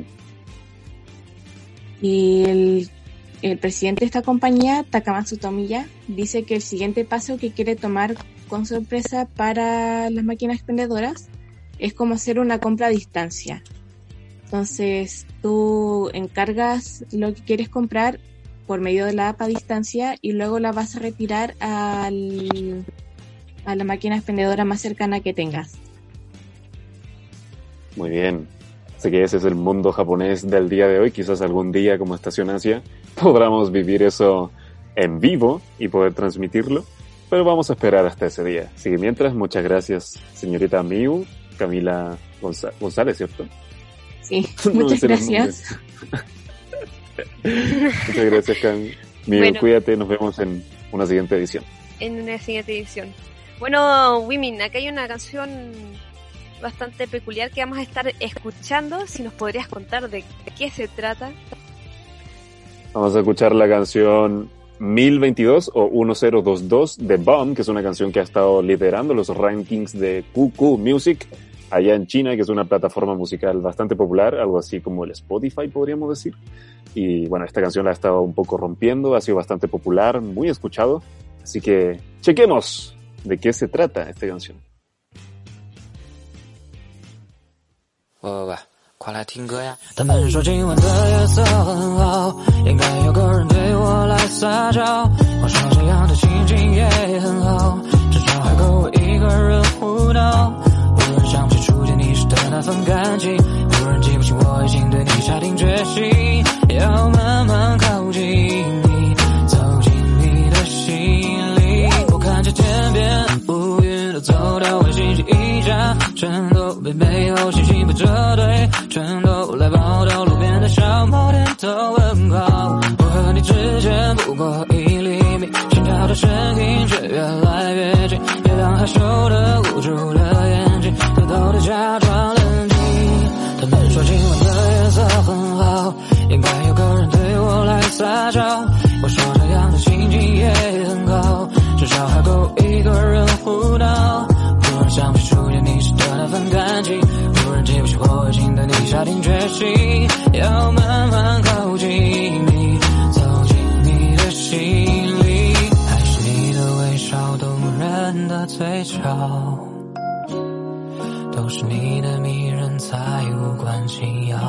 Y el, el presidente de esta compañía, Takamatsu Tomiya, dice que el siguiente paso que quiere tomar con su empresa para las máquinas expendedoras es como hacer una compra a distancia. Entonces tú encargas lo que quieres comprar por medio de la app a distancia y luego la vas a retirar al, a la máquina expendedora más cercana que tengas. Muy bien. Así que ese es el mundo japonés del día de hoy. Quizás algún día como Estación Asia podamos vivir eso en vivo y poder transmitirlo. Pero vamos a esperar hasta ese día. Así que mientras, muchas gracias, señorita Miu, Camila Gonza- González, ¿cierto? Sí, No me muchas sé los gracias. nombres. Muchas gracias, Cam. Miu, Bueno. cuídate, nos vemos en una siguiente edición. En una siguiente edición. Bueno, Wimin, acá hay una canción bastante peculiar que vamos a estar escuchando. Si nos podrías contar de qué se trata. Vamos a escuchar la canción mil veintidós o mil veintidós de Bomb, que es una canción que ha estado liderando los rankings de Q Q Music allá en China, que es una plataforma musical bastante popular, algo así como el Spotify, podríamos decir. Y bueno, esta canción la ha estado un poco rompiendo, ha sido bastante popular, muy escuchado. Así que chequemos de qué se trata esta canción. 喂喂喂，快来听歌呀！他们说今晚的夜色很好，应该有个人对我来撒娇。我说这样的心情也很好，至少还够我一个人胡闹。忽然想起初见你时的那份感情，忽然记不清我已经对你下定决心，要慢慢靠近你，走进你的心里。我看着天边乌云都走到我星期一家，全都被背后星星被折堆，全都来报道路边的小猫点头问好。我和你之间不过一厘米，心跳的声音却越来越近，月亮害羞的捂住了眼睛，偷偷的假装冷静。他们说今晚的夜色很好，应该有个人对我来撒娇。我说这样的心情也很好，至少还够一个人胡闹。忽然想起初见你时的那份感情，忽然记不起我已经对你下定决心，要慢慢靠近你，走进你的心里。还是你的微笑动人的嘴角，都是你的迷人才无关紧要。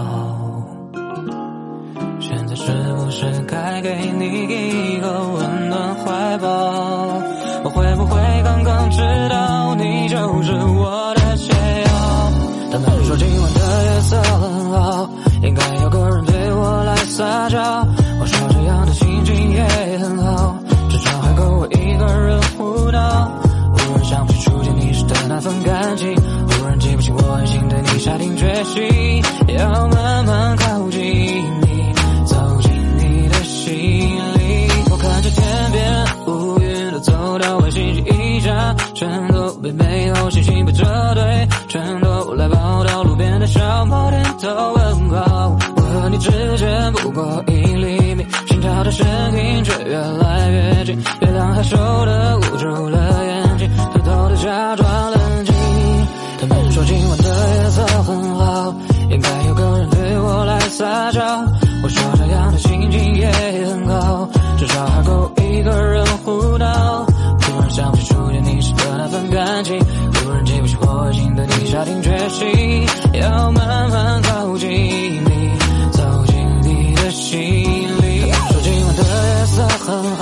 现在是不是该给你一个温暖怀抱？我会不会刚刚知道你就是我的解药？他们说今晚的夜色很好，应该有个人对我来撒娇。我说这样的心情也很好，至少还够我一个人胡闹。忽然想起初见你时的那份感情，忽然记不清我已经对你下定决心，要慢慢靠近你，走进你的心里。我看着天边乌云都走到我星期一家，全都被背后星星被折堆，全都来报道路边的小猫点头问好。我和你之间不过一厘米，心跳的声音却越来越近，月亮害羞的捂住了眼睛，偷偷的假装冷静。他们说今晚的夜色很好，应该有个人对我来撒娇。我说这样的心情也很好，至少还够一个人胡闹。忽然想起初见你时的那份感情，忽然记不起我已经对你下定决心，要慢慢靠近你，走进你的心里。他们说今晚的夜色很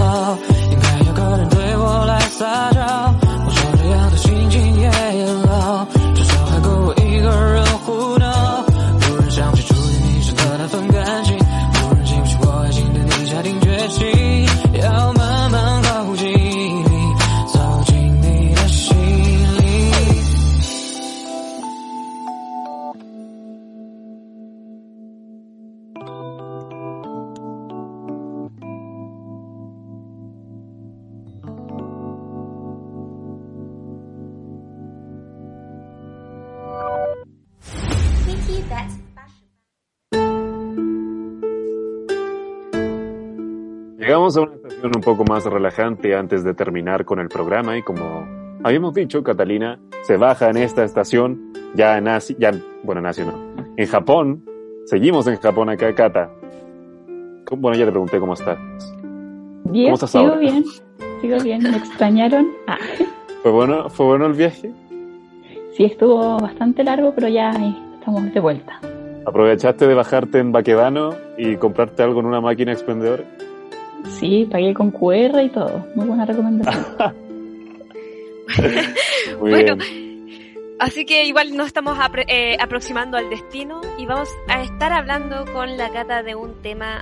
撒娇。我说这样的心情也好，至少还够我一个人胡闹。有人想起初与你是的那份感情，有人记不起我已经对你下定决心，要慢慢靠近你，走进你的心里。 Llegamos a una estación un poco más relajante antes de terminar con el programa y como habíamos dicho, Catalina se baja en esta estación ya en Asia, ya, bueno, en Asia no, en Japón. Seguimos en Japón acá, Cata. Bueno, ya te pregunté cómo estás. Bien, ¿Cómo estás sigo ahora? bien, sigo bien. ¿Me extrañaron? Ah. ¿Fue bueno, ¿Fue bueno el viaje? Sí, estuvo bastante largo, pero ya eh, estamos de vuelta. ¿Aprovechaste de bajarte en Baquedano y comprarte algo en una máquina expendedora? Sí, pagué con cu erre y todo. Muy buena recomendación. Muy Bueno, bien. así que igual nos estamos apre- eh, aproximando al destino y vamos a estar hablando con la Cata de un tema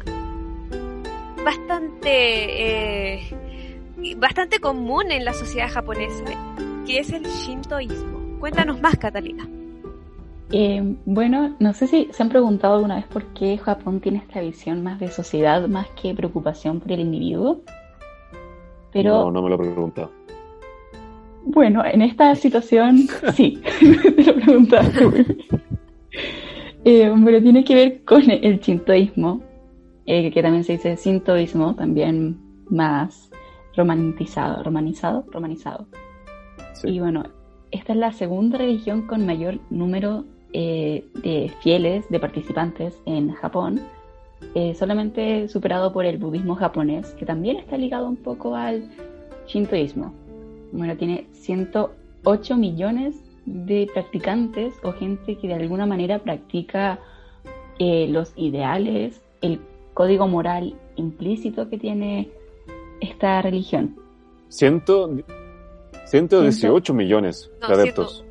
bastante eh, bastante común en la sociedad japonesa, que es el shintoísmo. Cuéntanos más, Catalina. Eh, bueno, no sé si se han preguntado alguna vez por qué Japón tiene esta visión más de sociedad, más que preocupación por el individuo. Pero No, no me lo he preguntado. bueno, en esta situación sí, te lo preguntaste. eh, pero tiene que ver con el shintoísmo, eh, que también se dice sintoísmo, también más romantizado, romanizado, romanizado. Sí. Y bueno, esta es la segunda religión con mayor número eh, de fieles, de participantes en Japón, eh, solamente superado por el budismo japonés, que también está ligado un poco al shintoísmo. Bueno, tiene ciento ocho millones de practicantes o gente que de alguna manera practica eh, los ideales, el código moral implícito que tiene esta religión. Ciento, ciento dieciocho millones No, de adeptos.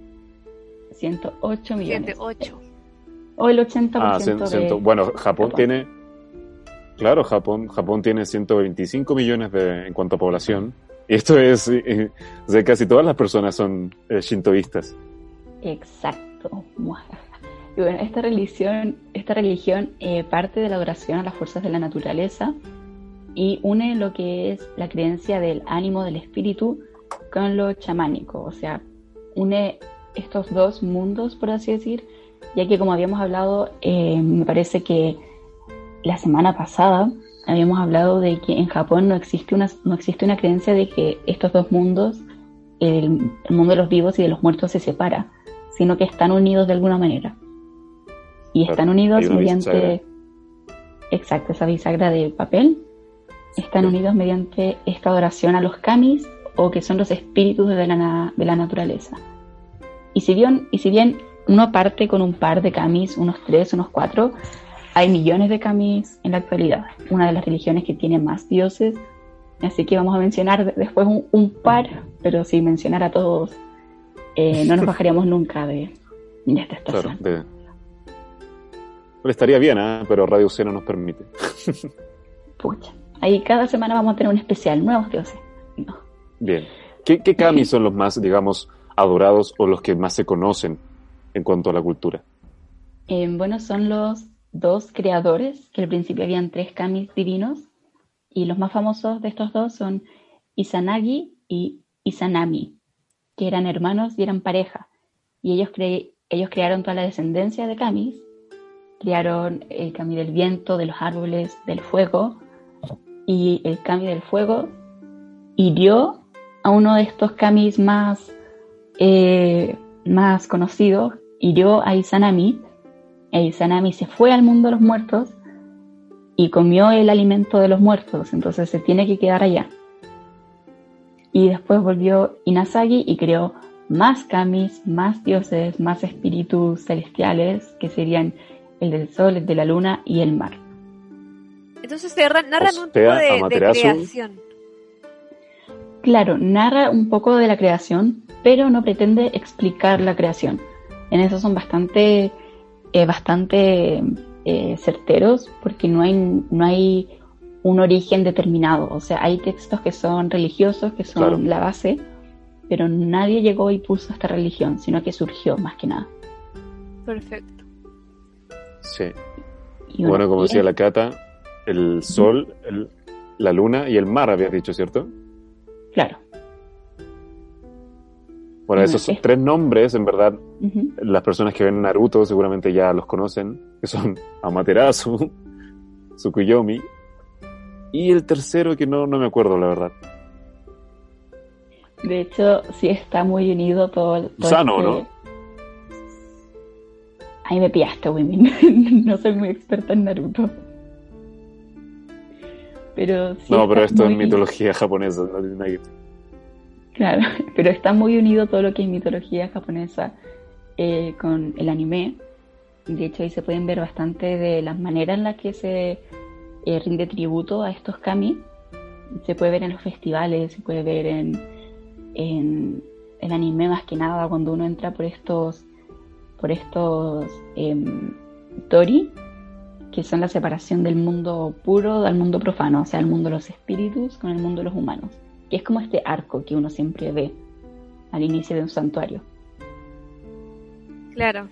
ciento ocho millones. ciento ocho. O el ochenta por Ah, ciento cien- ciento- de... bueno, Japón, Japón. tiene, claro, Japón, Japón tiene ciento veinticinco millones de, en cuanto a población. Y esto es, eh, de casi todas las personas son eh, shintoístas. Exacto. Y bueno, esta religión, esta religión eh, parte de la adoración a las fuerzas de la naturaleza y une lo que es la creencia del ánimo del espíritu con lo chamánico. O sea, une estos dos mundos, por así decir, ya que como habíamos hablado, eh, me parece que la semana pasada habíamos hablado de que en Japón no existe una, no existe una creencia de que estos dos mundos, el, el mundo de los vivos y de los muertos, se separa, sino que están unidos de alguna manera. Y Claro, están unidos hay una mediante... bisagra. Exacto, esa bisagra de papel. Están unidos mediante esta adoración a los kamis, o que son los espíritus de la, na- de la naturaleza. Y si bien, y si bien uno parte con un par de kamis, unos tres, unos cuatro, hay millones de kamis en la actualidad. Una de las religiones que tiene más dioses. Así que vamos a mencionar de- después un, un par, pero sin mencionar a todos, eh, no nos bajaríamos nunca de, de esta estación. Claro, de... Pero estaría bien, ¿eh? Pero Radio C no nos permite. Pucha. Ahí cada semana vamos a tener un especial, nuevos dioses. No. Bien. ¿Qué, qué kami son los más, digamos, adorados o los que más se conocen en cuanto a la cultura? Eh, bueno, son los dos creadores, que al principio habían tres kamis divinos, y los más famosos de estos dos son Izanagi y Izanami, que eran hermanos y eran pareja. Y ellos, cre- ellos crearon toda la descendencia de kamis, crearon el kami del viento, de los árboles, del fuego, y el kami del fuego hirió a uno de estos kamis más, eh, más conocidos, hirió a Izanami, e Izanami se fue al mundo de los muertos y comió el alimento de los muertos, entonces se tiene que quedar allá. Y después volvió Inazagi y creó más kamis, más dioses, más espíritus celestiales, que serían el del sol, el de la luna y el mar. Entonces se ra- narran O un sea, tipo de, de Amaterasu. creación. Claro, narra un poco de la creación, pero no pretende explicar la creación. En eso son bastante, eh, bastante eh, certeros, porque no hay, no hay un origen determinado. O sea, hay textos que son religiosos, que son Claro. la base, pero nadie llegó y puso esta religión, sino que surgió más que nada. Perfecto. Sí. Y Bueno, como y decía es- la Cata, el sol, el- la luna y el mar, habías dicho, ¿cierto? Claro. Bueno, Mm, esos son es- tres nombres, en verdad, Ujú. las personas que ven Naruto seguramente ya los conocen, que son Amaterasu, Tsukuyomi, y el tercero que no, no me acuerdo, la verdad. De hecho, sí está muy unido todo, todo Sano, este- ¿no? Ahí me pillaste, Wimin. No soy muy experta en Naruto. Pero sí No, pero está esto muy... es mitología japonesa, no tiene nada que ver. Claro, pero está muy unido todo lo que es mitología japonesa eh, con el anime. De hecho, ahí se pueden ver bastante de las maneras en las que se eh, rinde tributo a estos kami. Se puede ver en los festivales, se puede ver en, en el anime más que nada cuando uno entra por estos por estos em, tori, que son la separación del mundo puro al mundo profano, o sea, el mundo de los espíritus con el mundo de los humanos, que es como este arco que uno siempre ve al inicio de un santuario. Claro.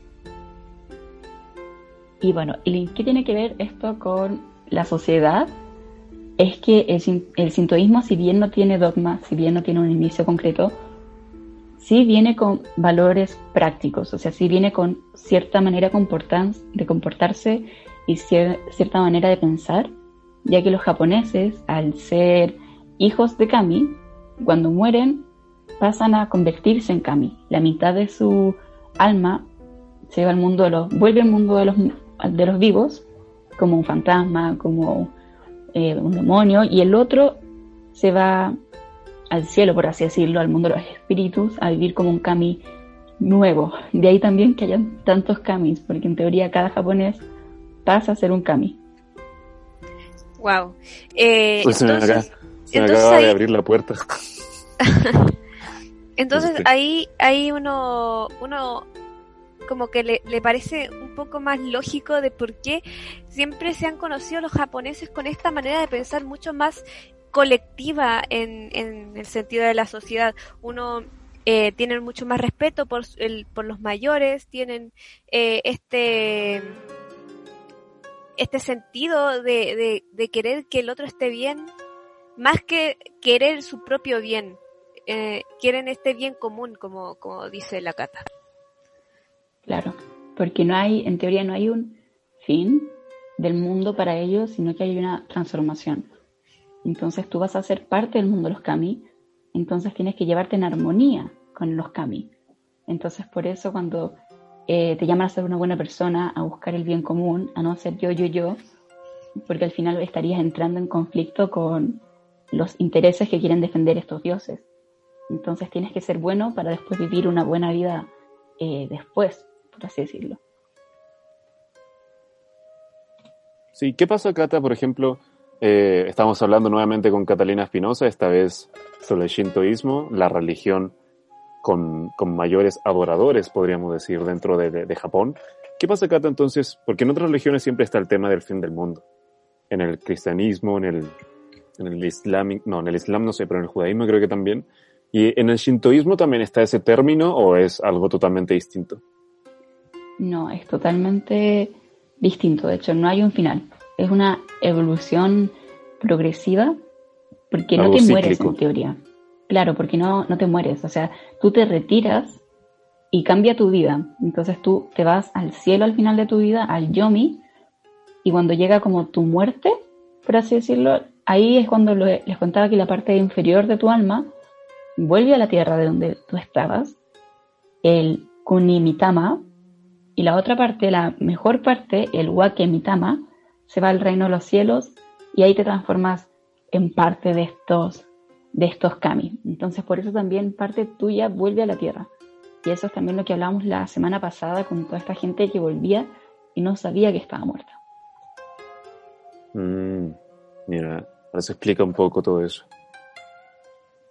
Y bueno, ¿y qué tiene que ver esto con la sociedad? Es que el, sin- el sintoísmo, si bien no tiene dogma, si bien no tiene un inicio concreto, sí viene con valores prácticos, o sea, sí viene con cierta manera comportan- de comportarse y cier- cierta manera de pensar, ya que los japoneses, al ser hijos de kami, cuando mueren pasan a convertirse en kami. La mitad de su alma se va al mundo de los, vuelve al mundo de los, de los vivos, como un fantasma, como eh, un demonio, y el otro se va al cielo, por así decirlo, al mundo de los espíritus, a vivir como un kami nuevo. De ahí también que hayan tantos kamis, porque en teoría cada japonés pasa a ser un kami. Wow. Eh, Pues se me acaba, entonces, se me entonces acaba de ahí- abrir la puerta. entonces Este. ahí, ahí uno, uno como que le, le parece un poco más lógico de por qué siempre se han conocido los japoneses con esta manera de pensar mucho más colectiva en, en el sentido de la sociedad. Uno eh, tienen mucho más respeto por el, por los mayores, tienen eh, este este sentido de, de, de querer que el otro esté bien, más que querer su propio bien. Eh, quieren este bien común, como, como dice la Cata. Claro, porque no hay, en teoría no hay un fin del mundo para ellos, sino que hay una transformación. Entonces tú vas a ser parte del mundo de los kami, entonces tienes que llevarte en armonía con los kami. Entonces por eso cuando eh, te llaman a ser una buena persona, a buscar el bien común, a no ser yo, yo, yo, porque al final estarías entrando en conflicto con los intereses que quieren defender estos dioses. Entonces tienes que ser bueno para después vivir una buena vida eh, después, por así decirlo. Sí, ¿qué pasa, Cata? Por ejemplo, eh, estamos hablando nuevamente con Catalina Espinosa, esta vez sobre el shintoísmo, la religión con, con mayores adoradores, podríamos decir, dentro de, de, de Japón. ¿Qué pasa, Cata, entonces? Porque en otras religiones siempre está el tema del fin del mundo. En el cristianismo, en el, en el islam, no, en el islam no sé, pero en el judaísmo creo que también. ¿Y en el shintoísmo también está ese término o es algo totalmente distinto? No, es totalmente distinto. De hecho, no hay un final. Es una evolución progresiva porque no Algo te mueres cíclico. en teoría. Claro, porque no, no te mueres. O sea, tú te retiras y cambia tu vida. Entonces tú te vas al cielo al final de tu vida, al yomi, y cuando llega como tu muerte, por así decirlo, ahí es cuando lo- les contaba que la parte inferior de tu alma vuelve a la tierra de donde tú estabas, el kunimitama, y la otra parte, la mejor parte, el wakemitama, se va al reino de los cielos y ahí te transformas en parte de estos, de estos kami. Entonces por eso también parte tuya vuelve a la tierra. Y eso es también lo que hablamos la semana pasada con toda esta gente que volvía y no sabía que estaba muerta. Mm, mira, ahora se explica un poco todo eso.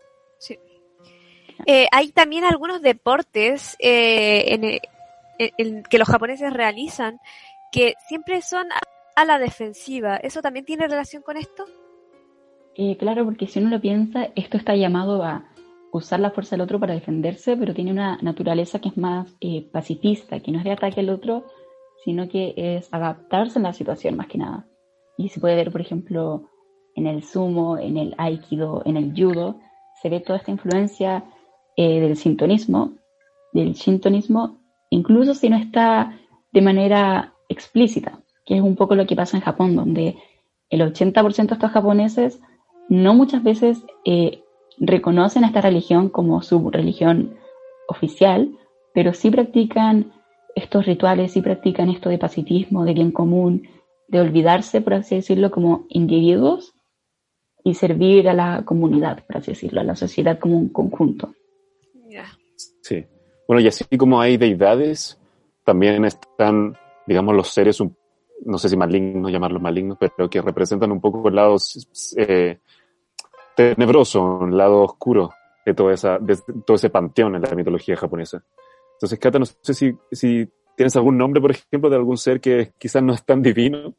Eh, hay también algunos deportes eh, en, el, en, en que los japoneses realizan que siempre son a, a la defensiva. ¿Eso también tiene relación con esto? Eh, claro, porque si uno lo piensa, esto está llamado a usar la fuerza del otro para defenderse, pero tiene una naturaleza que es más eh, pacifista, que no es de ataque al otro, sino que es adaptarse a la situación más que nada. Y se puede ver, por ejemplo, en el sumo, en el aikido, en el judo, se ve toda esta influencia eh, del sintonismo, del shintonismo, incluso si no está de manera explícita, que es un poco lo que pasa en Japón, donde el ochenta por ciento de estos japoneses no muchas veces eh, reconocen a esta religión como su religión oficial, pero sí practican estos rituales, sí practican esto de pacifismo, de bien común, de olvidarse, por así decirlo, como individuos y servir a la comunidad, por así decirlo, a la sociedad como un conjunto. Yeah. Sí. Bueno, y así como hay deidades, también están, digamos, los seres, un, no sé si malignos, llamarlos malignos, pero que representan un poco el lado eh, tenebroso, un lado oscuro de, toda esa, de todo ese panteón en la mitología japonesa. Entonces, Cata, no sé si, si tienes algún nombre, por ejemplo, de algún ser que quizás no es tan divino.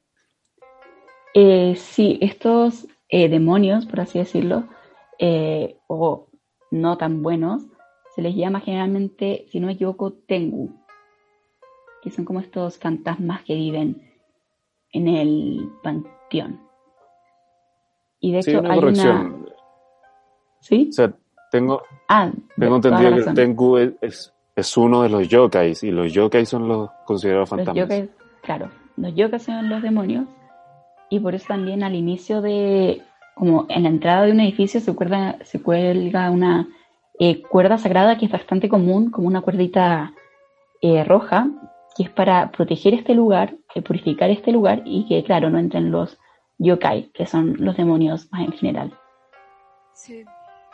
Eh, sí, estos eh, demonios, por así decirlo, eh, o no tan buenos, se les llama generalmente, si no me equivoco, Tengu, que son como estos fantasmas que viven en el panteón. Y de Sí, hecho una hay corrección. una... ¿Sí? O sea, tengo, ah, tengo entendido que el Tengu es, es, es uno de los yokais, y los yokais son los considerados fantasmas. Los yokais, claro, los yokais son los demonios, y por eso también al inicio de, como en la entrada de un edificio se cuelga, se cuelga una eh, cuerda sagrada que es bastante común, como una cuerdita eh, roja, que es para proteger este lugar, eh, purificar este lugar, y que, claro, no entren los yokai, que son los demonios más en general. Sí.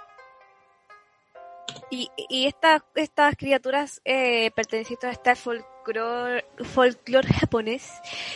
Y, y estas estas criaturas eh, pertenecientes a este folclore, folclore japonés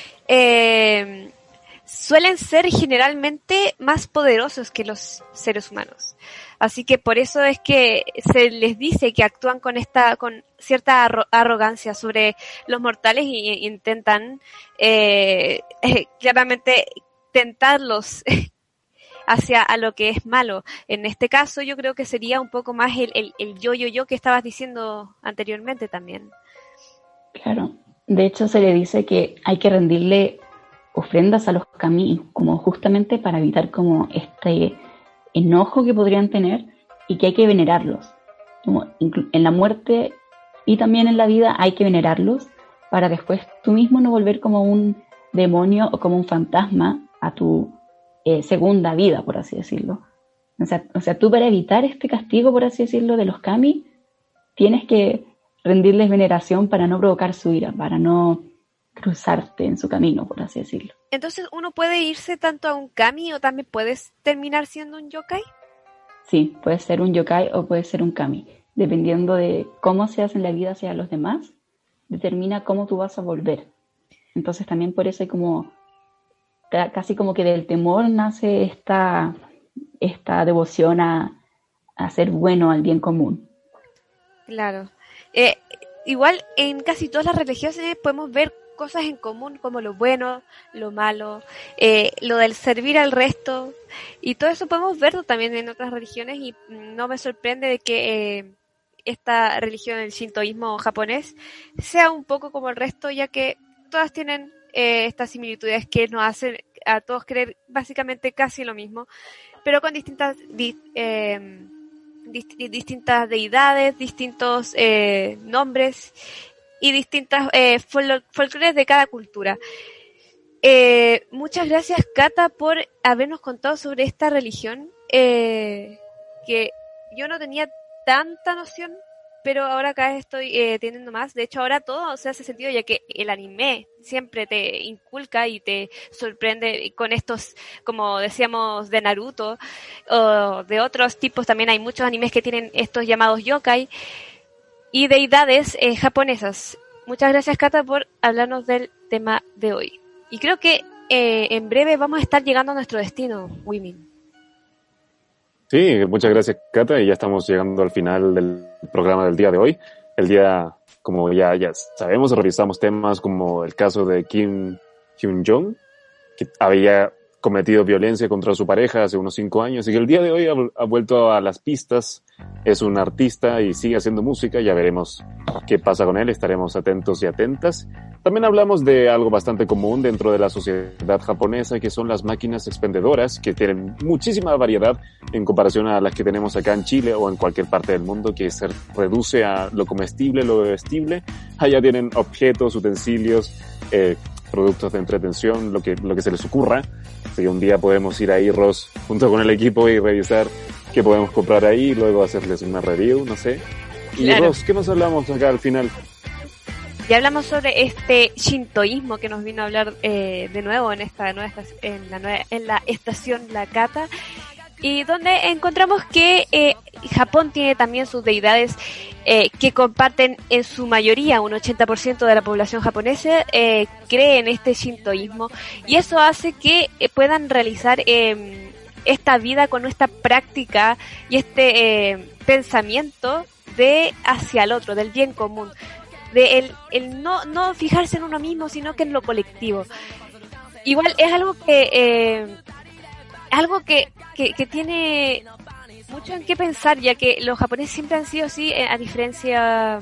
eh, suelen ser generalmente más poderosos que los seres humanos. Así que por eso es que se les dice que actúan con esta con cierta arro- arrogancia sobre los mortales y, y intentan eh, eh, claramente tentarlos hacia a lo que es malo. En este caso yo creo que sería un poco más el, el, el yo, yo, yo que estabas diciendo anteriormente también. Claro, de hecho se le dice que hay que rendirle ofrendas a los kami, como justamente para evitar como este enojo que podrían tener y que hay que venerarlos. Como en la muerte y también en la vida hay que venerarlos para después tú mismo no volver como un demonio o como un fantasma a tu eh, segunda vida, por así decirlo. O sea, o sea, tú para evitar este castigo, por así decirlo, de los kami, tienes que rendirles veneración para no provocar su ira, para no cruzarte en su camino, por así decirlo. Entonces, ¿uno puede irse tanto a un kami o también puedes terminar siendo un yokai? Sí, puede ser un yokai o puede ser un kami. Dependiendo de cómo seas en la vida hacia los demás, determina cómo tú vas a volver. Entonces también por eso hay como, casi como que del temor nace esta, esta devoción a, a ser bueno, al bien común. Claro. Eh, igual en casi todas las religiones podemos ver cosas en común como lo bueno, lo malo, eh, lo del servir al resto, y todo eso podemos verlo también en otras religiones, y no me sorprende de que eh, esta religión, el shintoísmo japonés, sea un poco como el resto, ya que todas tienen eh, estas similitudes que nos hacen a todos creer básicamente casi lo mismo, pero con distintas di, eh, dist, distintas deidades, distintos eh, nombres y distintas eh, fol- folclores de cada cultura. Eh, muchas gracias, Cata, por habernos contado sobre esta religión, eh, que yo no tenía tanta noción, pero ahora cada vez estoy eh, teniendo más. De hecho, ahora todo se hace sentido, ya que el anime siempre te inculca y te sorprende con estos, como decíamos, de Naruto, o de otros tipos. También hay muchos animes que tienen estos llamados yokai y deidades eh, japonesas. Muchas gracias, Cata, por hablarnos del tema de hoy. Y creo que eh, en breve vamos a estar llegando a nuestro destino, Wimin. Sí, muchas gracias, Cata, y ya estamos llegando al final del programa del día de hoy. El día, como ya, ya sabemos, revisamos temas como el caso de Kim Hyun-jong, que había cometido violencia contra su pareja hace unos cinco años y que el día de hoy ha, ha vuelto a las pistas. Es un artista y sigue haciendo música. Ya veremos qué pasa con él. Estaremos atentos y atentas. También hablamos de algo bastante común dentro de la sociedad japonesa, que son las máquinas expendedoras, que tienen muchísima variedad en comparación a las que tenemos acá en Chile o en cualquier parte del mundo, que se reduce a lo comestible, lo bebestible. Allá tienen objetos, utensilios, eh, productos de entretención, lo que, lo que se les ocurra. Así que un día podemos ir ahí, Ross, junto con el equipo y revisar qué podemos comprar ahí y luego hacerles una review, no sé. Y claro. Ross, ¿qué más hablamos acá al final? Ya hablamos sobre este shintoísmo que nos vino a hablar eh, de nuevo en esta nueva estación, en la nueva, en la estación La Cata, y donde encontramos que eh, Japón tiene también sus deidades eh, que comparten en su mayoría, un ochenta por ciento de la población japonesa eh, cree en este shintoísmo, y eso hace que eh, puedan realizar eh, esta vida con esta práctica y este eh, pensamiento de hacia el otro, del bien común, de el, el no, no fijarse en uno mismo, sino que en lo colectivo. Igual es algo que eh, algo que, que, que tiene mucho en qué pensar, ya que los japoneses siempre han sido así, eh, a diferencia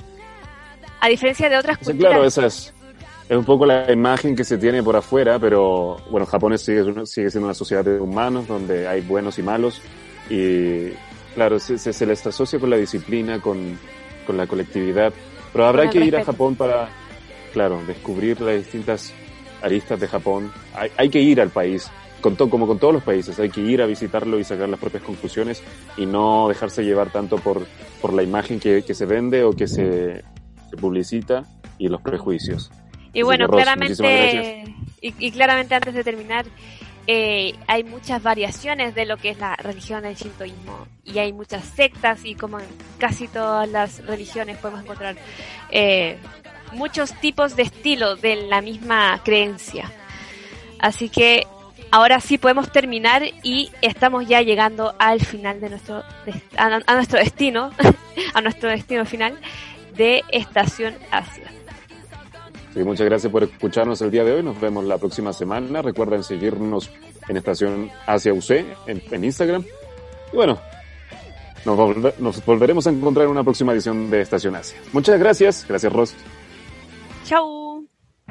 a diferencia de otras Sí, culturas. claro, esa es, es un poco la imagen que se tiene por afuera, pero bueno, Japón sigue, sigue siendo una sociedad de humanos donde hay buenos y malos, y claro, se, se, se les asocia con la disciplina, con, con la colectividad, pero habrá Con que el ir a respeto. Japón para, claro, descubrir las distintas aristas de Japón. Hay, hay que ir al país, con to, como con todos los países, hay que ir a visitarlo y sacar las propias conclusiones y no dejarse llevar tanto por, por la imagen que, que se vende o que se, se publicita y los prejuicios. Y Así bueno, que, Ross, claramente, y, y claramente antes de terminar, eh, hay muchas variaciones de lo que es la religión del shintoísmo, y hay muchas sectas, y como en casi todas las religiones podemos encontrar eh, muchos tipos de estilo de la misma creencia. Así que ahora sí podemos terminar y estamos ya llegando al final de nuestro a, a nuestro destino, a nuestro destino final de Estación Asia. Sí, muchas gracias por escucharnos el día de hoy. Nos vemos la próxima semana. Recuerden seguirnos en Estación Asia U C en, en Instagram. Y bueno, nos, volve- nos volveremos a encontrar en una próxima edición de Estación Asia. Muchas gracias. Gracias, Ross. Chau.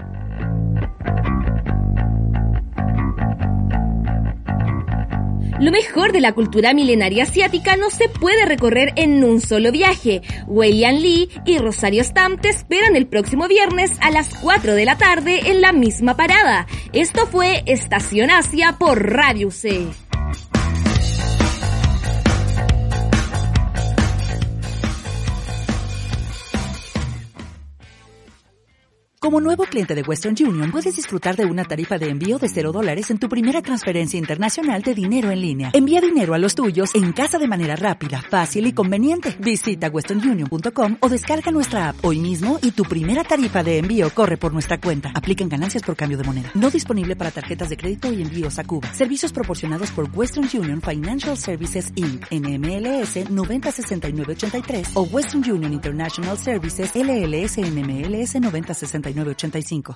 Lo mejor de la cultura milenaria asiática no se puede recorrer en un solo viaje. Wei-Lian Lee y Rosario Stam te esperan el próximo viernes a las cuatro de la tarde en la misma parada. Esto fue Estación Asia por Radio U C. Como nuevo cliente de Western Union, puedes disfrutar de una tarifa de envío de cero dólares en tu primera transferencia internacional de dinero en línea. Envía dinero a los tuyos en casa de manera rápida, fácil y conveniente. Visita western union punto com o descarga nuestra app hoy mismo y tu primera tarifa de envío corre por nuestra cuenta. Aplican ganancias por cambio de moneda. No disponible para tarjetas de crédito y envíos a Cuba. Servicios proporcionados por Western Union Financial Services Incorporated, N M L S noventa sesenta y nueve ochenta y tres o Western Union International Services L L S N M L S noventa sesenta y nueve ochenta y cinco.